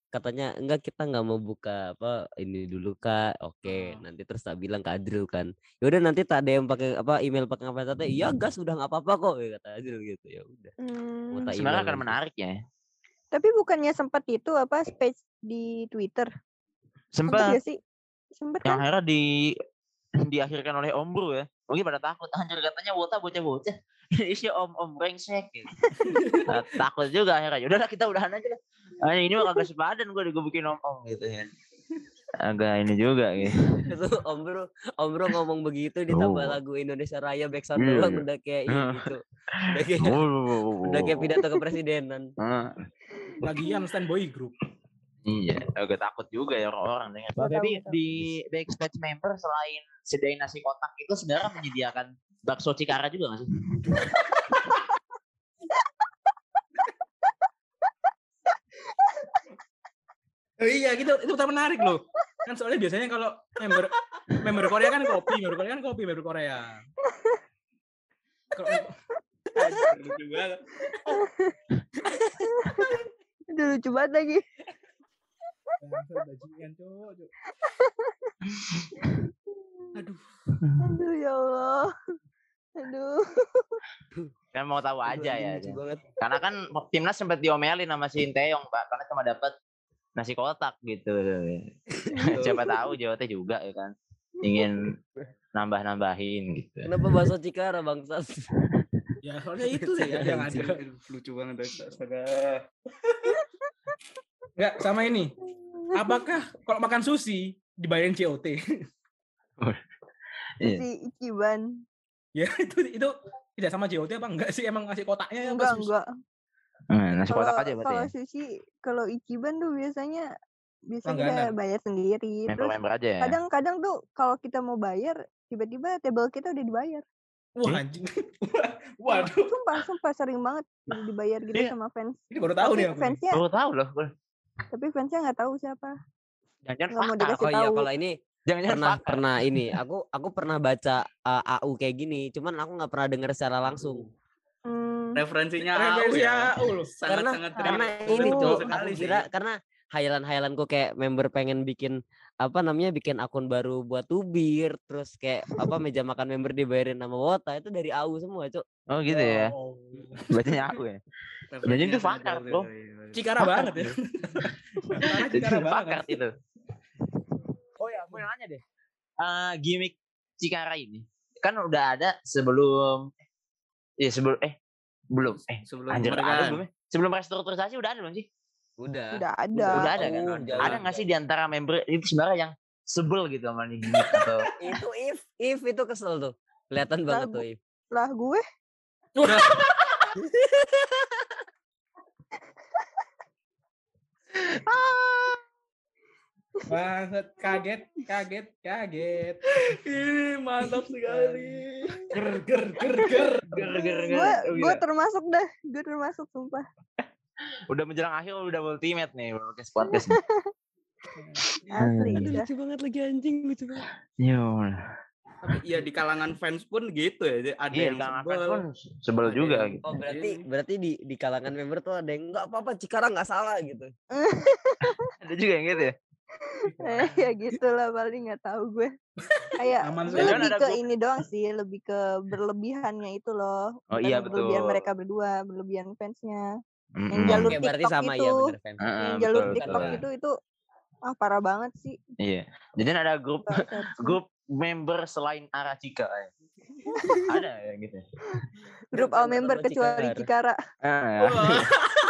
katanya enggak kita nggak mau buka apa ini dulu Kak. Oke, Oh. nanti terus tak bilang ke Adril kan. Ya udah nanti tak D M pakai apa email pakai apa tadi. Iya gas udah nggak apa-apa kok ya, kata Adril gitu. Ya udah. Mau Hmm, tak Sebenarnya email akan nanti. menarik ya. tapi bukannya sempat itu apa space di Twitter? Sempat Sempat gak sih? Sempat yang kan? akhirnya di diakhirkan oleh Om Bro ya. Mungkin pada takut anjir katanya Wota bocah-bocah. Isi om-om brengsek gitu. Nah, takut juga akhirnya. Udahlah kita udahan aja lah. Ah, ini mah kagak sepadan gue gue bikin om-om gitu kan. Agak ini juga gitu. Itu Om Bro, Om Bro ngomong begitu ditambah Oh. lagu Indonesia Raya backsound Iya, doang iya. udah kayak ini Heeh. gitu. Udah kayak udah kayak pidato kepresidenan. Heeh. Lagian standby group. Iya, agak takut juga ya orang-orang dengar. Nggak tahu, Tapi nggak tahu. di backstage member selain sediain nasi kotak itu sebenarnya menyediakan bakso Cikara juga nggak sih? Oh iya gitu, itu betul menarik loh. Kan soalnya biasanya kalau member member Korea kan kopi, member Korea kan kopi, member Korea. Kalau Anjir, lucu banget. Aduh, lucu banget lagi. Bangsat, bajingan, Cuk, Cuk. Aduh. Aduh ya Allah. Aduh. Kan mau tahu aja ya. Lucu banget. Karena kan timnas sempat diomelin sama si Taeyong, Pak, karena cuma dapat nasi kotak gitu. Siapa tahu Jawa Teh juga ya kan. Ingin nambah-nambahin gitu. Kenapa bakso Cikara bangsat? Ya soalnya itu sih ya, yang ada. Aduh, lucu banget astaga. Enggak, sama ini. Apakah kalau makan sushi dibayarin C O T? Iya. Si Ichiban. Ya itu itu tidak sama C O T apa enggak sih, emang ngasih kotaknya apa Enggak, sushi? enggak. Hmm, nasi Kalau kotak aja berarti kalau ya. sushi, kalau Ichiban tuh biasanya biasanya Langganan. udah bayar sendiri. Terus Member-member aja ya. kadang-kadang tuh kalau kita mau bayar, tiba-tiba table kita udah dibayar. Wah Eh? anjing. Waduh, Sumpah, sumpah sering banget dibayar gitu Iya. sama fans. ini baru tahu Tapi nih aku. nih. fansnya, Baru tahu loh. gua. tapi fansnya nggak tahu siapa. Jangan-jangan Nggak mau fakta. dikasih Oh iya tahu. kalau ini Jangan-jangan pernah fakta. pernah ini aku aku pernah baca uh, A U kayak gini cuman aku nggak pernah dengar secara langsung Hmm, Referensinya A U Referensi ya. A U loh. karena Sangat-sangat karena real. ini Betul tuh sekali aku sih. kira karena hayalan-hayalanku kayak member pengen bikin apa namanya bikin akun baru buat tubir terus kayak apa meja makan member dibayarin sama Wota itu dari A U semua cuk. Oh gitu ya. Wow. Bacanya aku ya. Referensinya itu sangat fakta, jauh, bro. iya, iya. Cikara banget ya. Karena Itu Cikara banget. fakat itu. Oh ya, gue nanya deh. Eh gimmick Cikara ini kan udah ada sebelum ya sebelum eh belum eh Sebelum anjir mereka ada belum ya? Sebelum restrukturisasi udah ada belum sih? Udah. udah ada. Udah ada kan? Oh, jauh. Ada nggak sih di antara member itu sebenarnya yang sebel gitu sama nih gimmick atau Itu if if itu kesel tuh. Kelihatan banget Lagu. tuh if. Lah gue, Banget, kaget, kaget, kaget. Ih, mantap sekali. Ger ger ger ger. ger ger ger gue, Oh, gue gila. termasuk dah. Gue termasuk sumpah. Udah menjelang akhir udah ultimate nih podcast podcast. nih. Asli. Aduh dah. lucu banget lagi anjing lucu banget. Yo. Tapi ya di kalangan fans pun gitu ya. Ada Iya, yang kangen sebel. fans pun sebel ada juga yang- gitu. Oh berarti berarti di di kalangan member tuh ada yang nggak apa-apa Cikara nggak salah gitu. Ada juga yang gitu ya. Eh, ya gitulah paling nggak tahu gue. Kayak Aman gue sekali. lebih Ada ke grup- ini doang sih, lebih ke berlebihannya itu loh. Oh Bukan iya berlebihan betul. mereka berdua, berlebihan fansnya. Mm-mm. jalur Oke berarti TikTok sama itu. ya bener fans. Heeh, Yang betul, jalur betul. TikTok itu itu ah parah banget sih. Iya. Jadi ada grup Nggak seharusnya. grup member selain Arachika. Ya. Ada ya gitu. Grup all Member member sama kecuali Cikara. Cikara. Ah, Wah.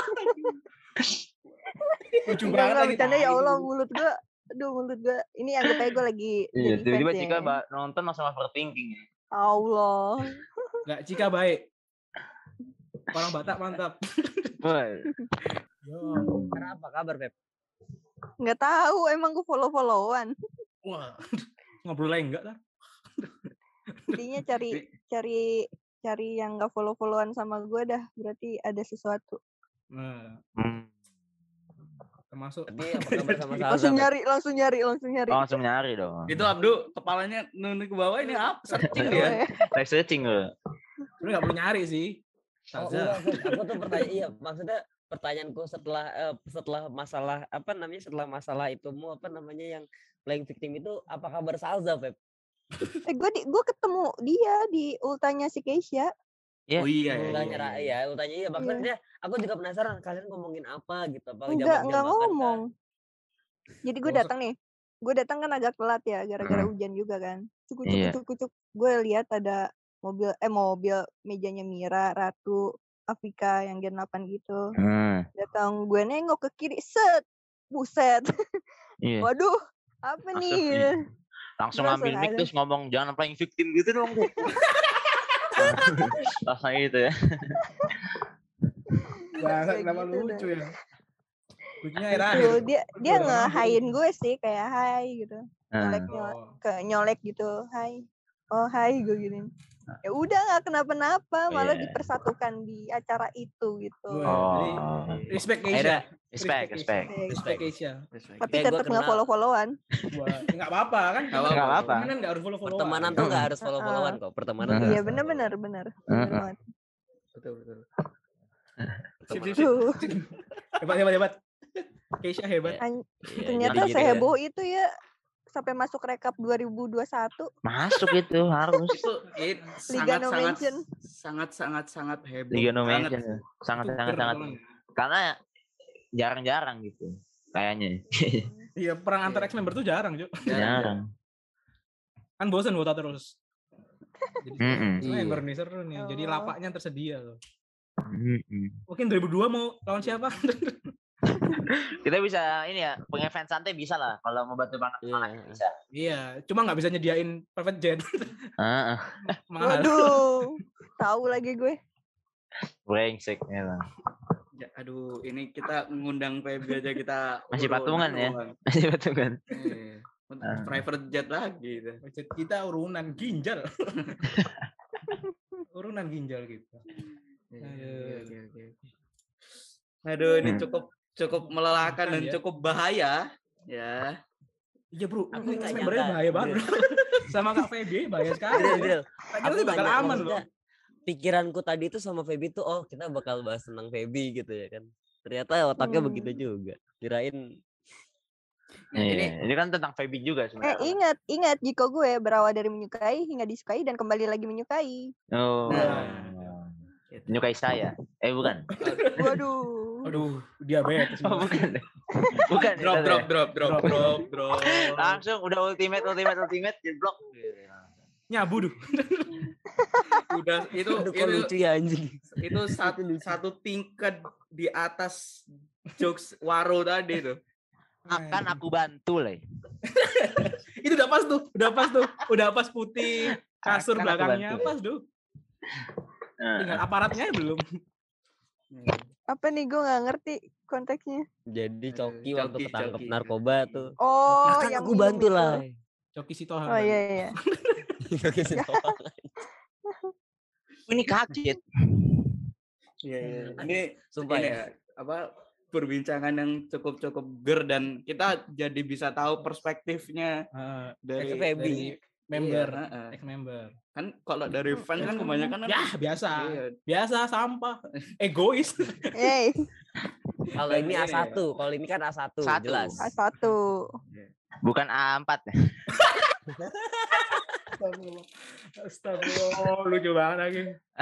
Lucu Enggak, banget enggak lagi. bercanda ya tai. Allah mulut gue. Aduh mulut gue. Ini anggap aja gue lagi Iya, jadi tiba-tiba fans Cika ya. ba- nonton langsung overthinking. ya. Allah. Enggak, Cika baik. Orang Batak mantap. Wah, Yo. Sekarang apa kabar Pep? Nggak tahu emang gue follow-followan. Wah. Ngobrol lagi enggak kan? Intinya cari cari cari yang nggak follow-followan sama gue dah. Berarti ada sesuatu. Nah, hmm. termasuk Berarti apa kabar sama Salza? Langsung Pep? nyari, langsung nyari, langsung nyari. langsung nyari dong. Itu Abdu kepalanya nunduk ke bawah ini apa? Searching Oh, dia. ya. Live searching loh. lu nggak perlu nyari sih. Oh, Salza. enggak, Feb. Aku tuh pertanyaan iya maksudnya pertanyaanku setelah eh, setelah masalah apa namanya setelah masalah itumu apa namanya yang playing victim itu apa kabar Salza, Feb? Eh gue di gue ketemu dia di ultanya si Keisha. Iya. Oh iya ya. Ultanya iya, Ra- iya. ya, ultanya iya Iya. maksudnya aku juga penasaran kalian ngomongin apa gitu apa Enggak, jam enggak makan kah? ngomong. Jadi gue Oh, so- datang nih. Gue datang kan agak telat ya gara-gara Hmm. hujan juga kan. Cuk cuk Iya. cuk cuk. Gue lihat ada mobil eh mobil mejanya Mira, Ratu, Afika yang Gen delapan gitu. Hmm. Datang gue nengok ke kiri, set. Buset. Iya. Waduh, apa Langsung, nih? iya. Langsung Terus ngambil mic ada. terus ngomong jangan playing victim gitu dong. Langsung gitu ya. Bahasa Kayak kenapa gitu lucu dah. ya? Lucunya air akhir. Tuh, dia dia Orang nge-hi-in ngomong. gue sih kayak hai gitu. Nyolek Hmm. nyolek Oh. ke nyolek gitu. Hai. Oh, hai gue gini. Ya udah nggak kenapa-napa, malah Iya. dipersatukan di acara itu gitu. Gue, jadi Oh. respect Akhirnya- Keisha. Respect, respect. Respect Keisha. Respect. Tapi Kayak gua tetap nggak kenal. follow-followan. Wah, enggak apa-apa kan? Nggak apa-apa. Nggak apa-apa. Pertemanan enggak harus follow-followan. pertemanan tuh nggak harus Uh-uh. follow-followan kok pertemanan Hmm. nggak Iya harus bener follow-followan. bener bener bener Uh-uh. banget. Betul betul. Sip, sip, Tuh. sip. Hebat, hebat, hebat. Keisha hebat. An- Iya, Ternyata jadi gitu ya. seheboh itu ya sampai masuk rekap dua ribu dua puluh satu. Masuk itu harus. Itu it, Liga sangat no sangat mention. sangat sangat sangat heboh. Liga no banget. mention. Sangat Itu sangat ger sangat. banget. Karena jarang-jarang gitu. Kayaknya. Iya, perang antar Iya. ex member tuh jarang, Juk. Jarang. Kan bosan wota terus. Jadi Mm-mm. sebenarnya Iya. Ember nih seru nih. Jadi Oh. lapaknya tersedia loh. Mm-mm. Mungkin dua ribu dua mau lawan siapa? Kita bisa ini ya, punya fans santai bisa lah. Kalau mau bantu banget Iya. semangat bisa. Iya, cuma nggak bisa nyediain private jet. Heeh. Mahal. Waduh. Tahu lagi gue. Brengsek memang. Ya, aduh, ini kita ngundang P B aja kita Masih urun patungan ya? doang. Masih betul kan? Iya. Ah. Private jet lagi gitu. Budget kita urunan ginjal. Urunan ginjal gitu. Iya, Aduh. iya, iya, iya. Aduh, ini Hmm. cukup cukup melelahkan dan Ya. cukup bahaya. Ya. Iya bro, Aku ini nggak membernya nyangka, bahaya banget. Dril. bro. Sama Kak Feby bahaya sekali. Dril, Dril. Tak kira Aku tuh nggak bakal nyangka, aman loh. maksudnya pikiranku tadi itu sama Feby tuh oh kita bakal bahas tentang Feby gitu ya kan. Ternyata otaknya Hmm. begitu juga. Kirain Nah, Iya, ini ini kan tentang Feby juga Eh sebenarnya. ingat, ingat jika gue berawal dari menyukai hingga disukai dan kembali lagi menyukai. Oh. Nah. Menyukai saya. Eh bukan. Waduh. Aduh, diabetes. Oh, bukan. Bukan. drop itu drop deh. drop drop drop drop. Langsung udah ultimate ultimate ultimate di blok. Nyabu duh. Udah itu aduh kok itu lucu ya anjing. itu satu satu tingkat di atas jokes Waro tadi tuh. Akan aku bantu lah. Itu udah pas tuh, udah pas tuh, udah pas putih kasur Akan aku belakangnya bantu. pas tuh. Nah, Tinggal aparatnya belum. Apa nih gue nggak ngerti konteksnya. Jadi Aduh, Coki waktu Coki, ketangkep Coki, narkoba Coki. tuh. Oh, Akan yang aku minum bantu itu. lah. Coki Sitohang. Oh iya iya. Coki Sitohang. ini kaget. Iya, iya. Ini Sumpah ini ya. ya, apa perbincangan yang cukup cukup ger dan kita jadi bisa tahu perspektifnya Heeh, dari Feby. dari member, Iya, heeh. ex member. Kan kalau dari fans kan kebanyakan kan Ya, biasa. iya, Biasa sampah. Egois. Yeay, Kalau Dan ini ini A satu, kalau ini kan A satu, Satu. jelas. A satu. Bukan A empat ya. Astagfirullah. Astagfirullah, lucu banget lagi.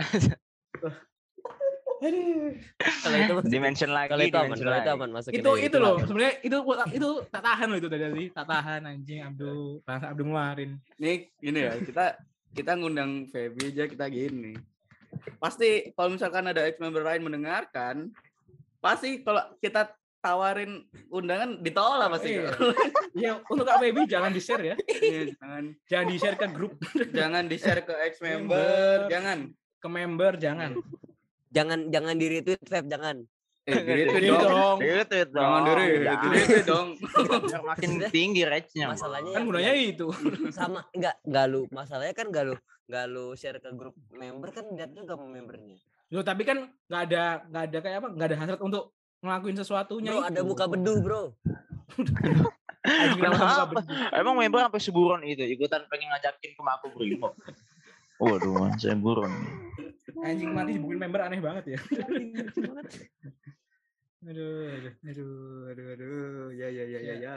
Aduh. Kalau itu masuk- Dimension lagi. kalau itu aman, dimension kalau itu lagi. aman masukin Itu aja, itu loh, aman. sebenarnya itu itu tak tahan loh itu tadi, tak tahan anjing Abdul, bangsa Abdul ngeluarin. nih gini ya kita kita ngundang Feby aja kita gini. Pasti kalau misalkan ada ex member lain mendengarkan, pasti kalau kita tawarin undangan ditolak pasti. Iya. Kak. Iya, untuk Kak Baby jangan di-share ya. Iya, jangan Jangan di-share ke grup, jangan di-share ke ex member, Member. jangan. ke member jangan. Jangan jangan di retweet, Feb, jangan. Eh, di-retweet Iya dong. dong. Retweet dong. Jangan diri, Jangan. di-retweet dong. Biar makin tinggi rate-nya. Masalahnya Kan yang- gunanya itu. sama enggak enggak lu masalahnya kan enggak lu enggak lu share ke grup member kan lihatnya enggak mau membernya. Loh, tapi kan nggak ada nggak ada kayak apa? Nggak ada hasrat untuk ngelakuin sesuatunya Bro, itu. ada muka beduh, Bro. Anjing, kenapa muka Kenapa? beduh? Emang member sampai seburon itu ikutan pengen ngajakin ke Mako Brimob. Waduh, saya buron. Anjing mati dibukuin member aneh banget ya. Aduh, aduh. Aduh, aduh, aduh. Ya, ya, ya, ya, ya.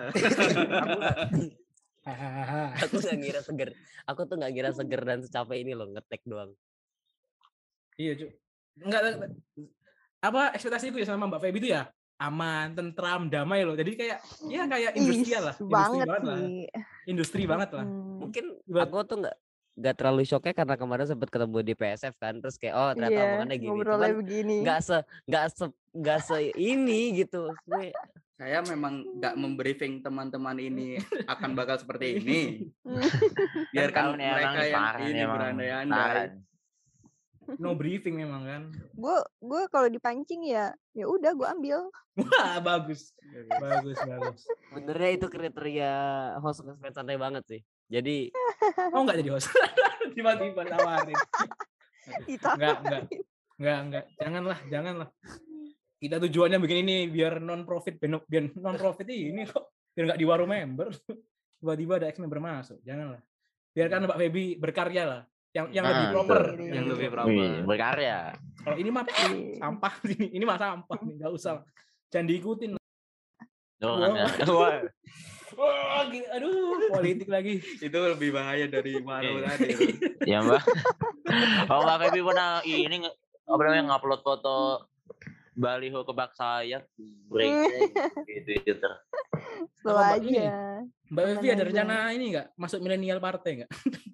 Hahaha. Aku nggak ngira seger. Aku tuh nggak ngira seger dan secapek ini loh ngetek doang. Iya, Cuk. Enggak apa ekspektasiku ya sama Mbak Feby itu ya aman, tentram, damai loh. Jadi kayak ya kayak industrial lah, Ih, industri banget banget lah. sih. Industri banget lah. Hmm. Mungkin Buat- aku tuh nggak nggak terlalu shocknya karena kemarin sempat ketemu di P S F kan, terus kayak oh ternyata Iya, omongannya gini. ngobrolnya Cuman begini. nggak se nggak se nggak se ini gitu. Gue Saya memang nggak membriefing teman-teman ini akan bakal seperti ini. Kan tahu Biarkan nih, emang mereka nih yang parah nih, ini emang berandai-andai. parah. No briefing memang kan. Gue gue kalau dipancing ya ya udah gue ambil. Wah, bagus. Bagus, bagus. benernya itu kriteria host Kesepen Santai banget sih. Jadi Oh enggak jadi host. Tiba-tiba tawarin. Kita Enggak, enggak. Enggak, enggak. Janganlah, janganlah. Kita tujuannya bikin ini biar non profit, biar non profit ini kok biar enggak di warung member. Tiba-tiba ada ex member masuk. Janganlah. Biarkan Mbak Feby berkarya lah. Yang yang Nah, lebih proper. betul. Yang lebih Wih, proper. berkarya. Kalau ini mah sampah ini. Ini mah sampah nih, enggak usah. Jangan diikutin. Tuh, Wah. kan, wah. Wah, gini, aduh, politik lagi. Itu lebih bahaya dari Maro Iya. tadi. Ya Mbak. Oh Mbak Feby pernah ini nge- apa namanya ngupload foto baliho kebak sayap break gitu gitu. slow Sama Mbak ini, aja. Mbak Feby Aman ada aja. rencana ini enggak? Masuk milenial partai enggak?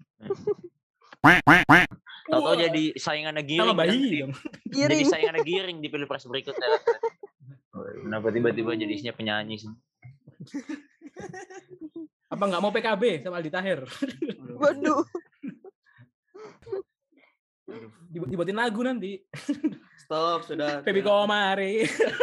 Tahu-tahu Wah, jadi saingannya giring. sama bayi nanti. dong. Jadi Giring. saingannya giring di pilpres berikutnya. Kenapa tiba-tiba jadi isinya penyanyi sih? Apa enggak mau P K B sama Aldi Taher? Waduh. Dibu- Dibuatin lagu nanti. Stop, sudah. Feby Komari.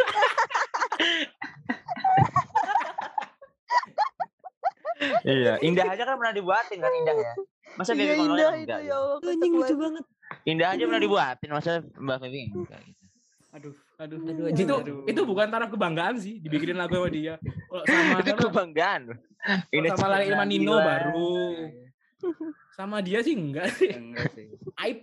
Iya, Indah aja kan pernah dibuatin kan Indah ya. Masa Iya Feby Komari indah itu enggak? ya gitu? Allah. anjing kocak lucu banget. banget. Indah aja pernah dibuatin, masa Mbak Feby enggak gitu. Aduh. Aduh. Aduh, anjing. Itu Aduh. itu bukan taraf kebanggaan sih, dibikinin lagu sama dia. Kalau sama Itu sama, kebanggaan. kalau sama lagi Ilman Nino gila. baru. Sama dia sih enggak sih. Enggak sih. Aib.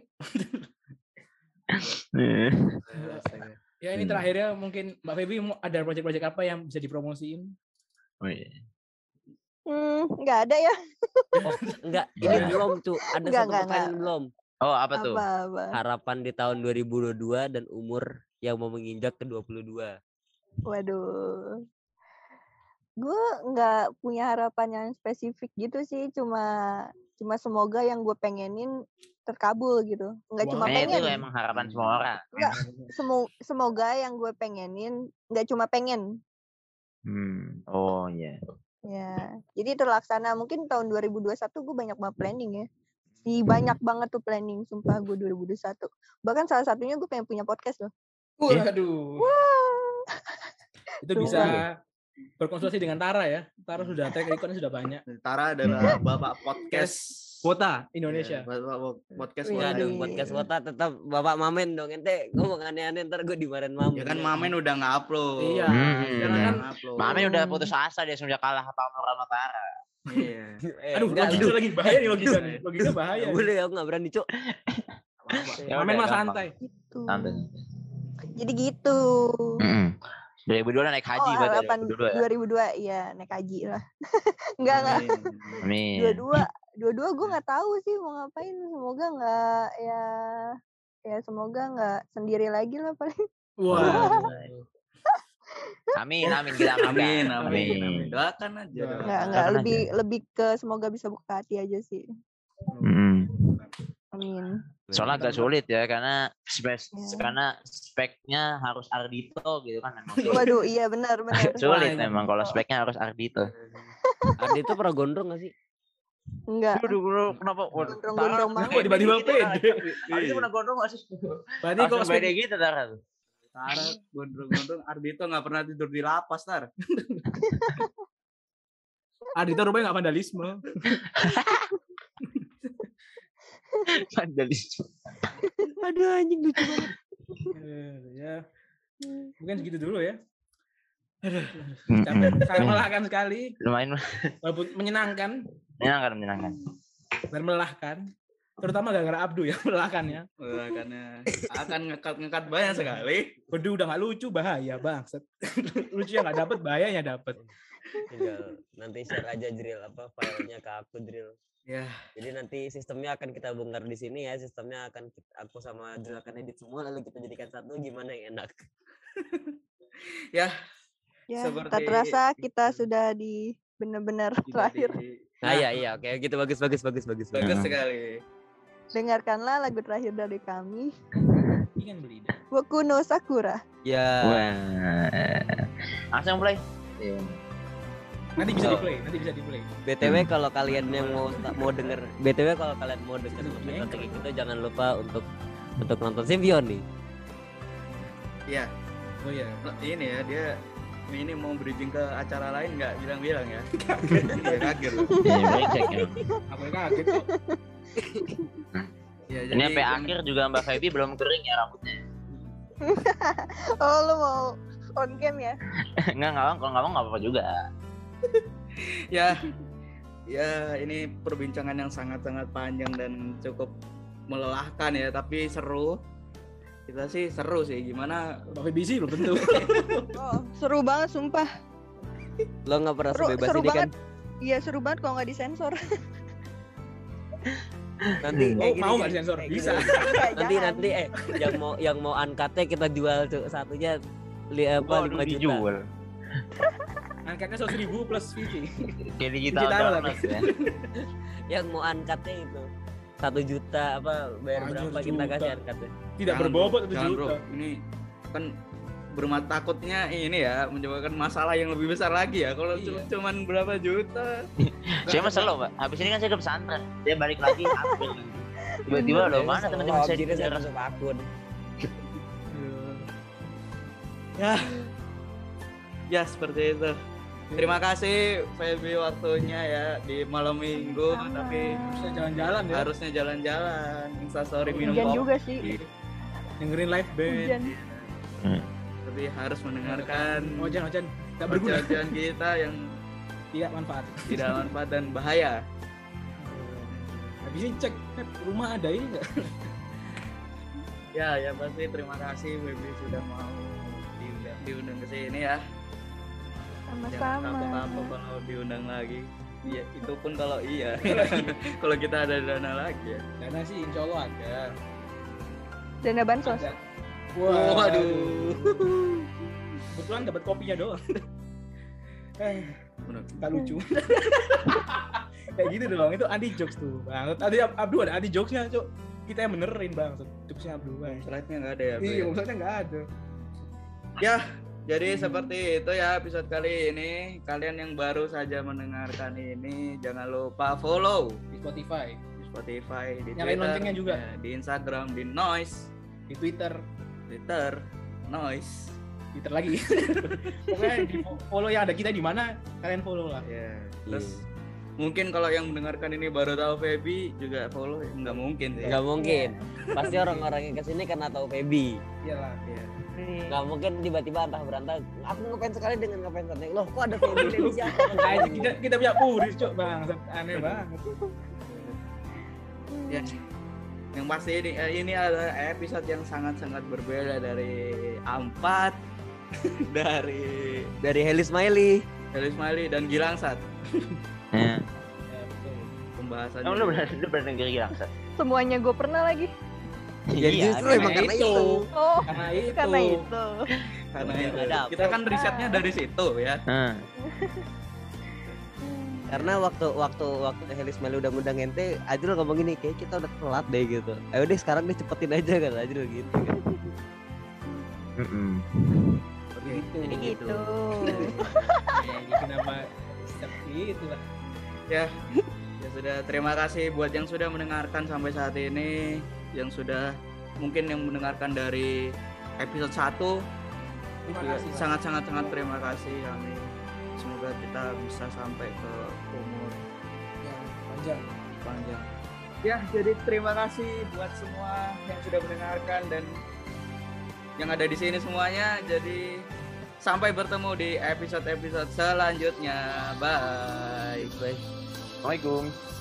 Iya. Astaga. Ya ini Hmm. terakhirnya mungkin Mbak Feby mau ada proyek-proyek apa yang bisa dipromosiin? Oh, iya. Hmm, nggak ada ya. Oh, enggak, ini Iya. belum tuh. Ada Enggak, satu enggak, pertanyaan enggak. belum. Oh, apa tuh? Apa apa. Harapan di tahun dua ribu dua puluh dua dan umur yang mau menginjak ke dua puluh dua. Waduh. Gue nggak punya harapan yang spesifik gitu sih. Cuma cuma semoga yang gue pengenin terkabul gitu. Nggak Wah. cuma Kayaknya pengen. itu emang harapan semua orang. Nggak. Semo- semoga yang gue pengenin nggak cuma pengen. Hmm. Oh iya. Ya, jadi terlaksana. Mungkin tahun dua ribu dua puluh satu gue banyak banget planning ya. Si banyak banget tuh planning, sumpah gue dua ribu dua puluh satu. Bahkan salah satunya gue pengen punya podcast loh. Waduh. Wah. Itu Sumpah. bisa berkonsultasi dengan Tara ya. Tara sudah track recordnya sudah banyak. Tara adalah bapak podcast Kuota Indonesia. Ya, bapak podcast Wih. Wota. Waduh, Iya. podcast Wota tetap Bapak Mamen dong. Ente ngomong aneh-aneh ntar gue dimarahin Mamen. Ya kan Mamen udah nge-upload. Iya. Hmm. Sekarang kan Nge-upload. Mami udah putus asa dia sudah kalah pamor sama Tara. Iya. Eh, aduh, enggak, logika aduh. lagi bahaya nih logika nih. Logika bahaya. Nggak boleh, aku nggak berani, Cuk. Ya Mamen udah, mah gampang. santai. Gitu. Santai. Jadi gitu. Mm-mm. dua ribu dua naik haji Oh, berarti harapan dua ribu dua ya. dua ribu dua iya naik haji lah. Enggak enggak. Amin. Dua-dua dua-dua gue nggak tahu sih mau ngapain. Semoga nggak ya ya semoga nggak sendiri lagi lah paling. Wah. Amin, amin kita Amin, amin. amin, amin. Doakan aja. Enggak, doakan. Enggak enggak Doakan lebih lebih ke semoga bisa buka hati aja sih. Mm. Amin. Soalnya agak sulit ya karena spek Ya. karena speknya harus Ardito gitu kan memang. Waduh, iya benar benar. Sulit Wah, memang kalau speknya harus Ardito. Ardi itu pernah gondrong gak sih? Enggak. Aduh, bro, kenapa? Waduh, Gondrong-gondrong Tara, banget. Kok tiba-tiba gitu, pede? Tara. Ardi pernah gondrong gak sih? Berarti Langsung kalau pede spek gitu Tara. Tara gondrong-gondrong Ardito nggak pernah tidur di lapas, Tar. Ardito rupanya nggak vandalisme. Vandalis. Aduh anjing lucu banget. Eh, ya, mungkin segitu dulu ya. Aduh, Mm-mm. capek, sangat melelahkan sekali, Lumayan walaupun menyenangkan menyenangkan menyenangkan. dan melelahkan. Terutama gara-gara Abdu ya melelakannya. Melelakannya akan ngekat-ngekat banyak sekali. Waduh udah nggak lucu bahaya bangsat. Lucu yang nggak dapet bahayanya dapet. Tinggal nanti share aja Dril apa filenya ke aku Dril. Ya. Jadi nanti sistemnya akan kita bongkar di sini ya. Sistemnya akan kita, aku sama Dril akan edit semua lalu kita jadikan satu gimana yang enak. Ya. Ya, Seperti- tak terasa kita sudah di benar-benar terakhir. Di- Nah, iya iya oke gitu bagus bagus bagus bagus. Bagus Nah. sekali. Dengarkanlah lagu terakhir dari kami, Ingin beli dah. Boku no Sakura. Ya. Wah. Langsung play. Nanti bisa Oh. di play, nanti bisa di play. B T W kalau kalian yang mau mau denger B T W kalau kalian mau denger strategi kita jangan lupa untuk untuk nonton Simpion nih. Iya. Oh iya. Ini ya dia ini mau bridging ke acara lain nggak bilang-bilang ya. Iya kaget loh. Iya, brengsek ya. Aku yang kaget kok. Ya, Ini sampai akhir juga Mbak Feby belum kering ya rambutnya. Oh, lu mau on cam ya? Enggak, enggak, kalau enggak mau enggak apa-apa juga. Ya, ya ini perbincangan yang sangat-sangat panjang dan cukup melelahkan ya, tapi seru. Kita sih seru sih, gimana? Mbak Feby sih belum tentu. Oh, seru banget sumpah. Lo nggak pernah Seru, sebebas seru ini kan? banget. Iya, seru banget kalau nggak disensor. Nanti Oh, eh, gini, mau gini, nggak disensor? eh, Bisa. gini. Enggak, Nanti jangan. nanti eh yang mau yang mau uncut-nya kita jual tuh satunya li, apa Waduh, lima juta. dijual. Angkatnya seratus ribu plus V P. Kayak digital Digital download ya. Yang mau uncut-nya itu satu juta apa bayar Anjir, berapa kita juta. kasih uncut-nya? Tidak Jangan, berbobot bro. itu Jangan, juta. bro. Ini kan bermat takutnya ini ya menyebabkan masalah yang lebih besar lagi ya. Kalau Iya. cuma cuman berapa juta? Saya mah selo, Pak. Habis ini kan saya ke pesantren. Dia balik lagi ambil. Tiba-tiba loh, mana teman-teman saya di jadi saya pesantren? masuk akun. Ya. Ya seperti itu. Terima kasih Feby waktunya ya di malam minggu, Sama. tapi Bisa jalan-jalan ya. harusnya jalan-jalan, instastory minum Hujan kopi, juga sih. Dengerin live band. Hujan. tapi harus mendengarkan Ojan, ojan. Tak berguna. perjanjian kita yang Tidak manfaat. tidak manfaat dan bahaya. Habis ini cek eh, rumah ada ini enggak? Ya, ya pasti terima kasih Feby sudah mau diundang, diundang ke sini ya. Jangan Sama-sama. kapok-kapok kalau diundang lagi. Iya, itu pun kalau iya. Kalau kita ada dana lagi ya. Dana sih insya Allah ada. Dana bansos. Ada. Waduh. Kebetulan dapat kopinya doang. eh, Bener. tak lucu. Kayak gitu doang. Itu anti jokes tuh, Bang. Tadi Ab- Abdu ada anti jokesnya, Cuk. Kita yang benerin, Bang. Jokesnya Abdu, Bang. Slide-nya nggak ada ya. Bro, Iya, ya? maksudnya enggak ada. Ya, jadi seperti itu ya episode kali ini. Kalian yang baru saja mendengarkan ini, jangan lupa follow Di Spotify, di Spotify, di Nyalain Twitter, loncengnya juga. ya, di Instagram, di Noise, di Twitter, Twitter, Noise. Twitter lagi. Pokoknya di follow yang ada kita di mana, kalian follow lah. Ya, terus mungkin kalau yang mendengarkan ini baru tahu Feby juga follow, ya, nggak mungkin sih. Nggak mungkin. Pasti orang-orang yang kesini karena tahu Feby. Iyalah. Ya. Nggak mungkin tiba-tiba antah berantah. Aku ngefans sekali dengan ngefans Santeng. Loh, kok ada Feby ini siapa? Kayak kita kita punya puris, Cuk, Bang. Aneh banget. Ya. Yang pasti ini eh, ini adalah episode yang sangat-sangat berbeda dari Ampat, dari Dari Heli Smiley. Heli Smiley dan Gilangsat. Ya. Ya, betul. Pembahasannya. Emang lu bener lu bener denger Gilangsat? Semuanya gue pernah lagi. Ya justru karena emang karena itu. Oh, Karena itu. karena itu. Karena Nggak itu. dapet. Kita kan risetnya dari situ ya. Hmm. Karena waktu waktu waktu Heli Smiley udah ngundang ente, Ajrul ngomong gini, kayak kita udah telat deh gitu. Ayo deh sekarang deh cepetin aja kan Ajrul gitu kan. Mm-mm. Seperti itu. Jadi gitu. Ya, kenapa seperti itu lah. Ya. Ya sudah, terima kasih buat yang sudah mendengarkan sampai saat ini, yang sudah mungkin yang mendengarkan dari episode satu. Terima Ya, kasih. Bang. sangat-sangat sangat terima kasih kami. Semoga kita bisa sampai ke umur Yang panjang. panjang. Ya, jadi terima kasih buat semua yang sudah mendengarkan dan yang ada di sini semuanya. Jadi sampai bertemu di episode-episode selanjutnya. Bye. Bye. Assalamualaikum.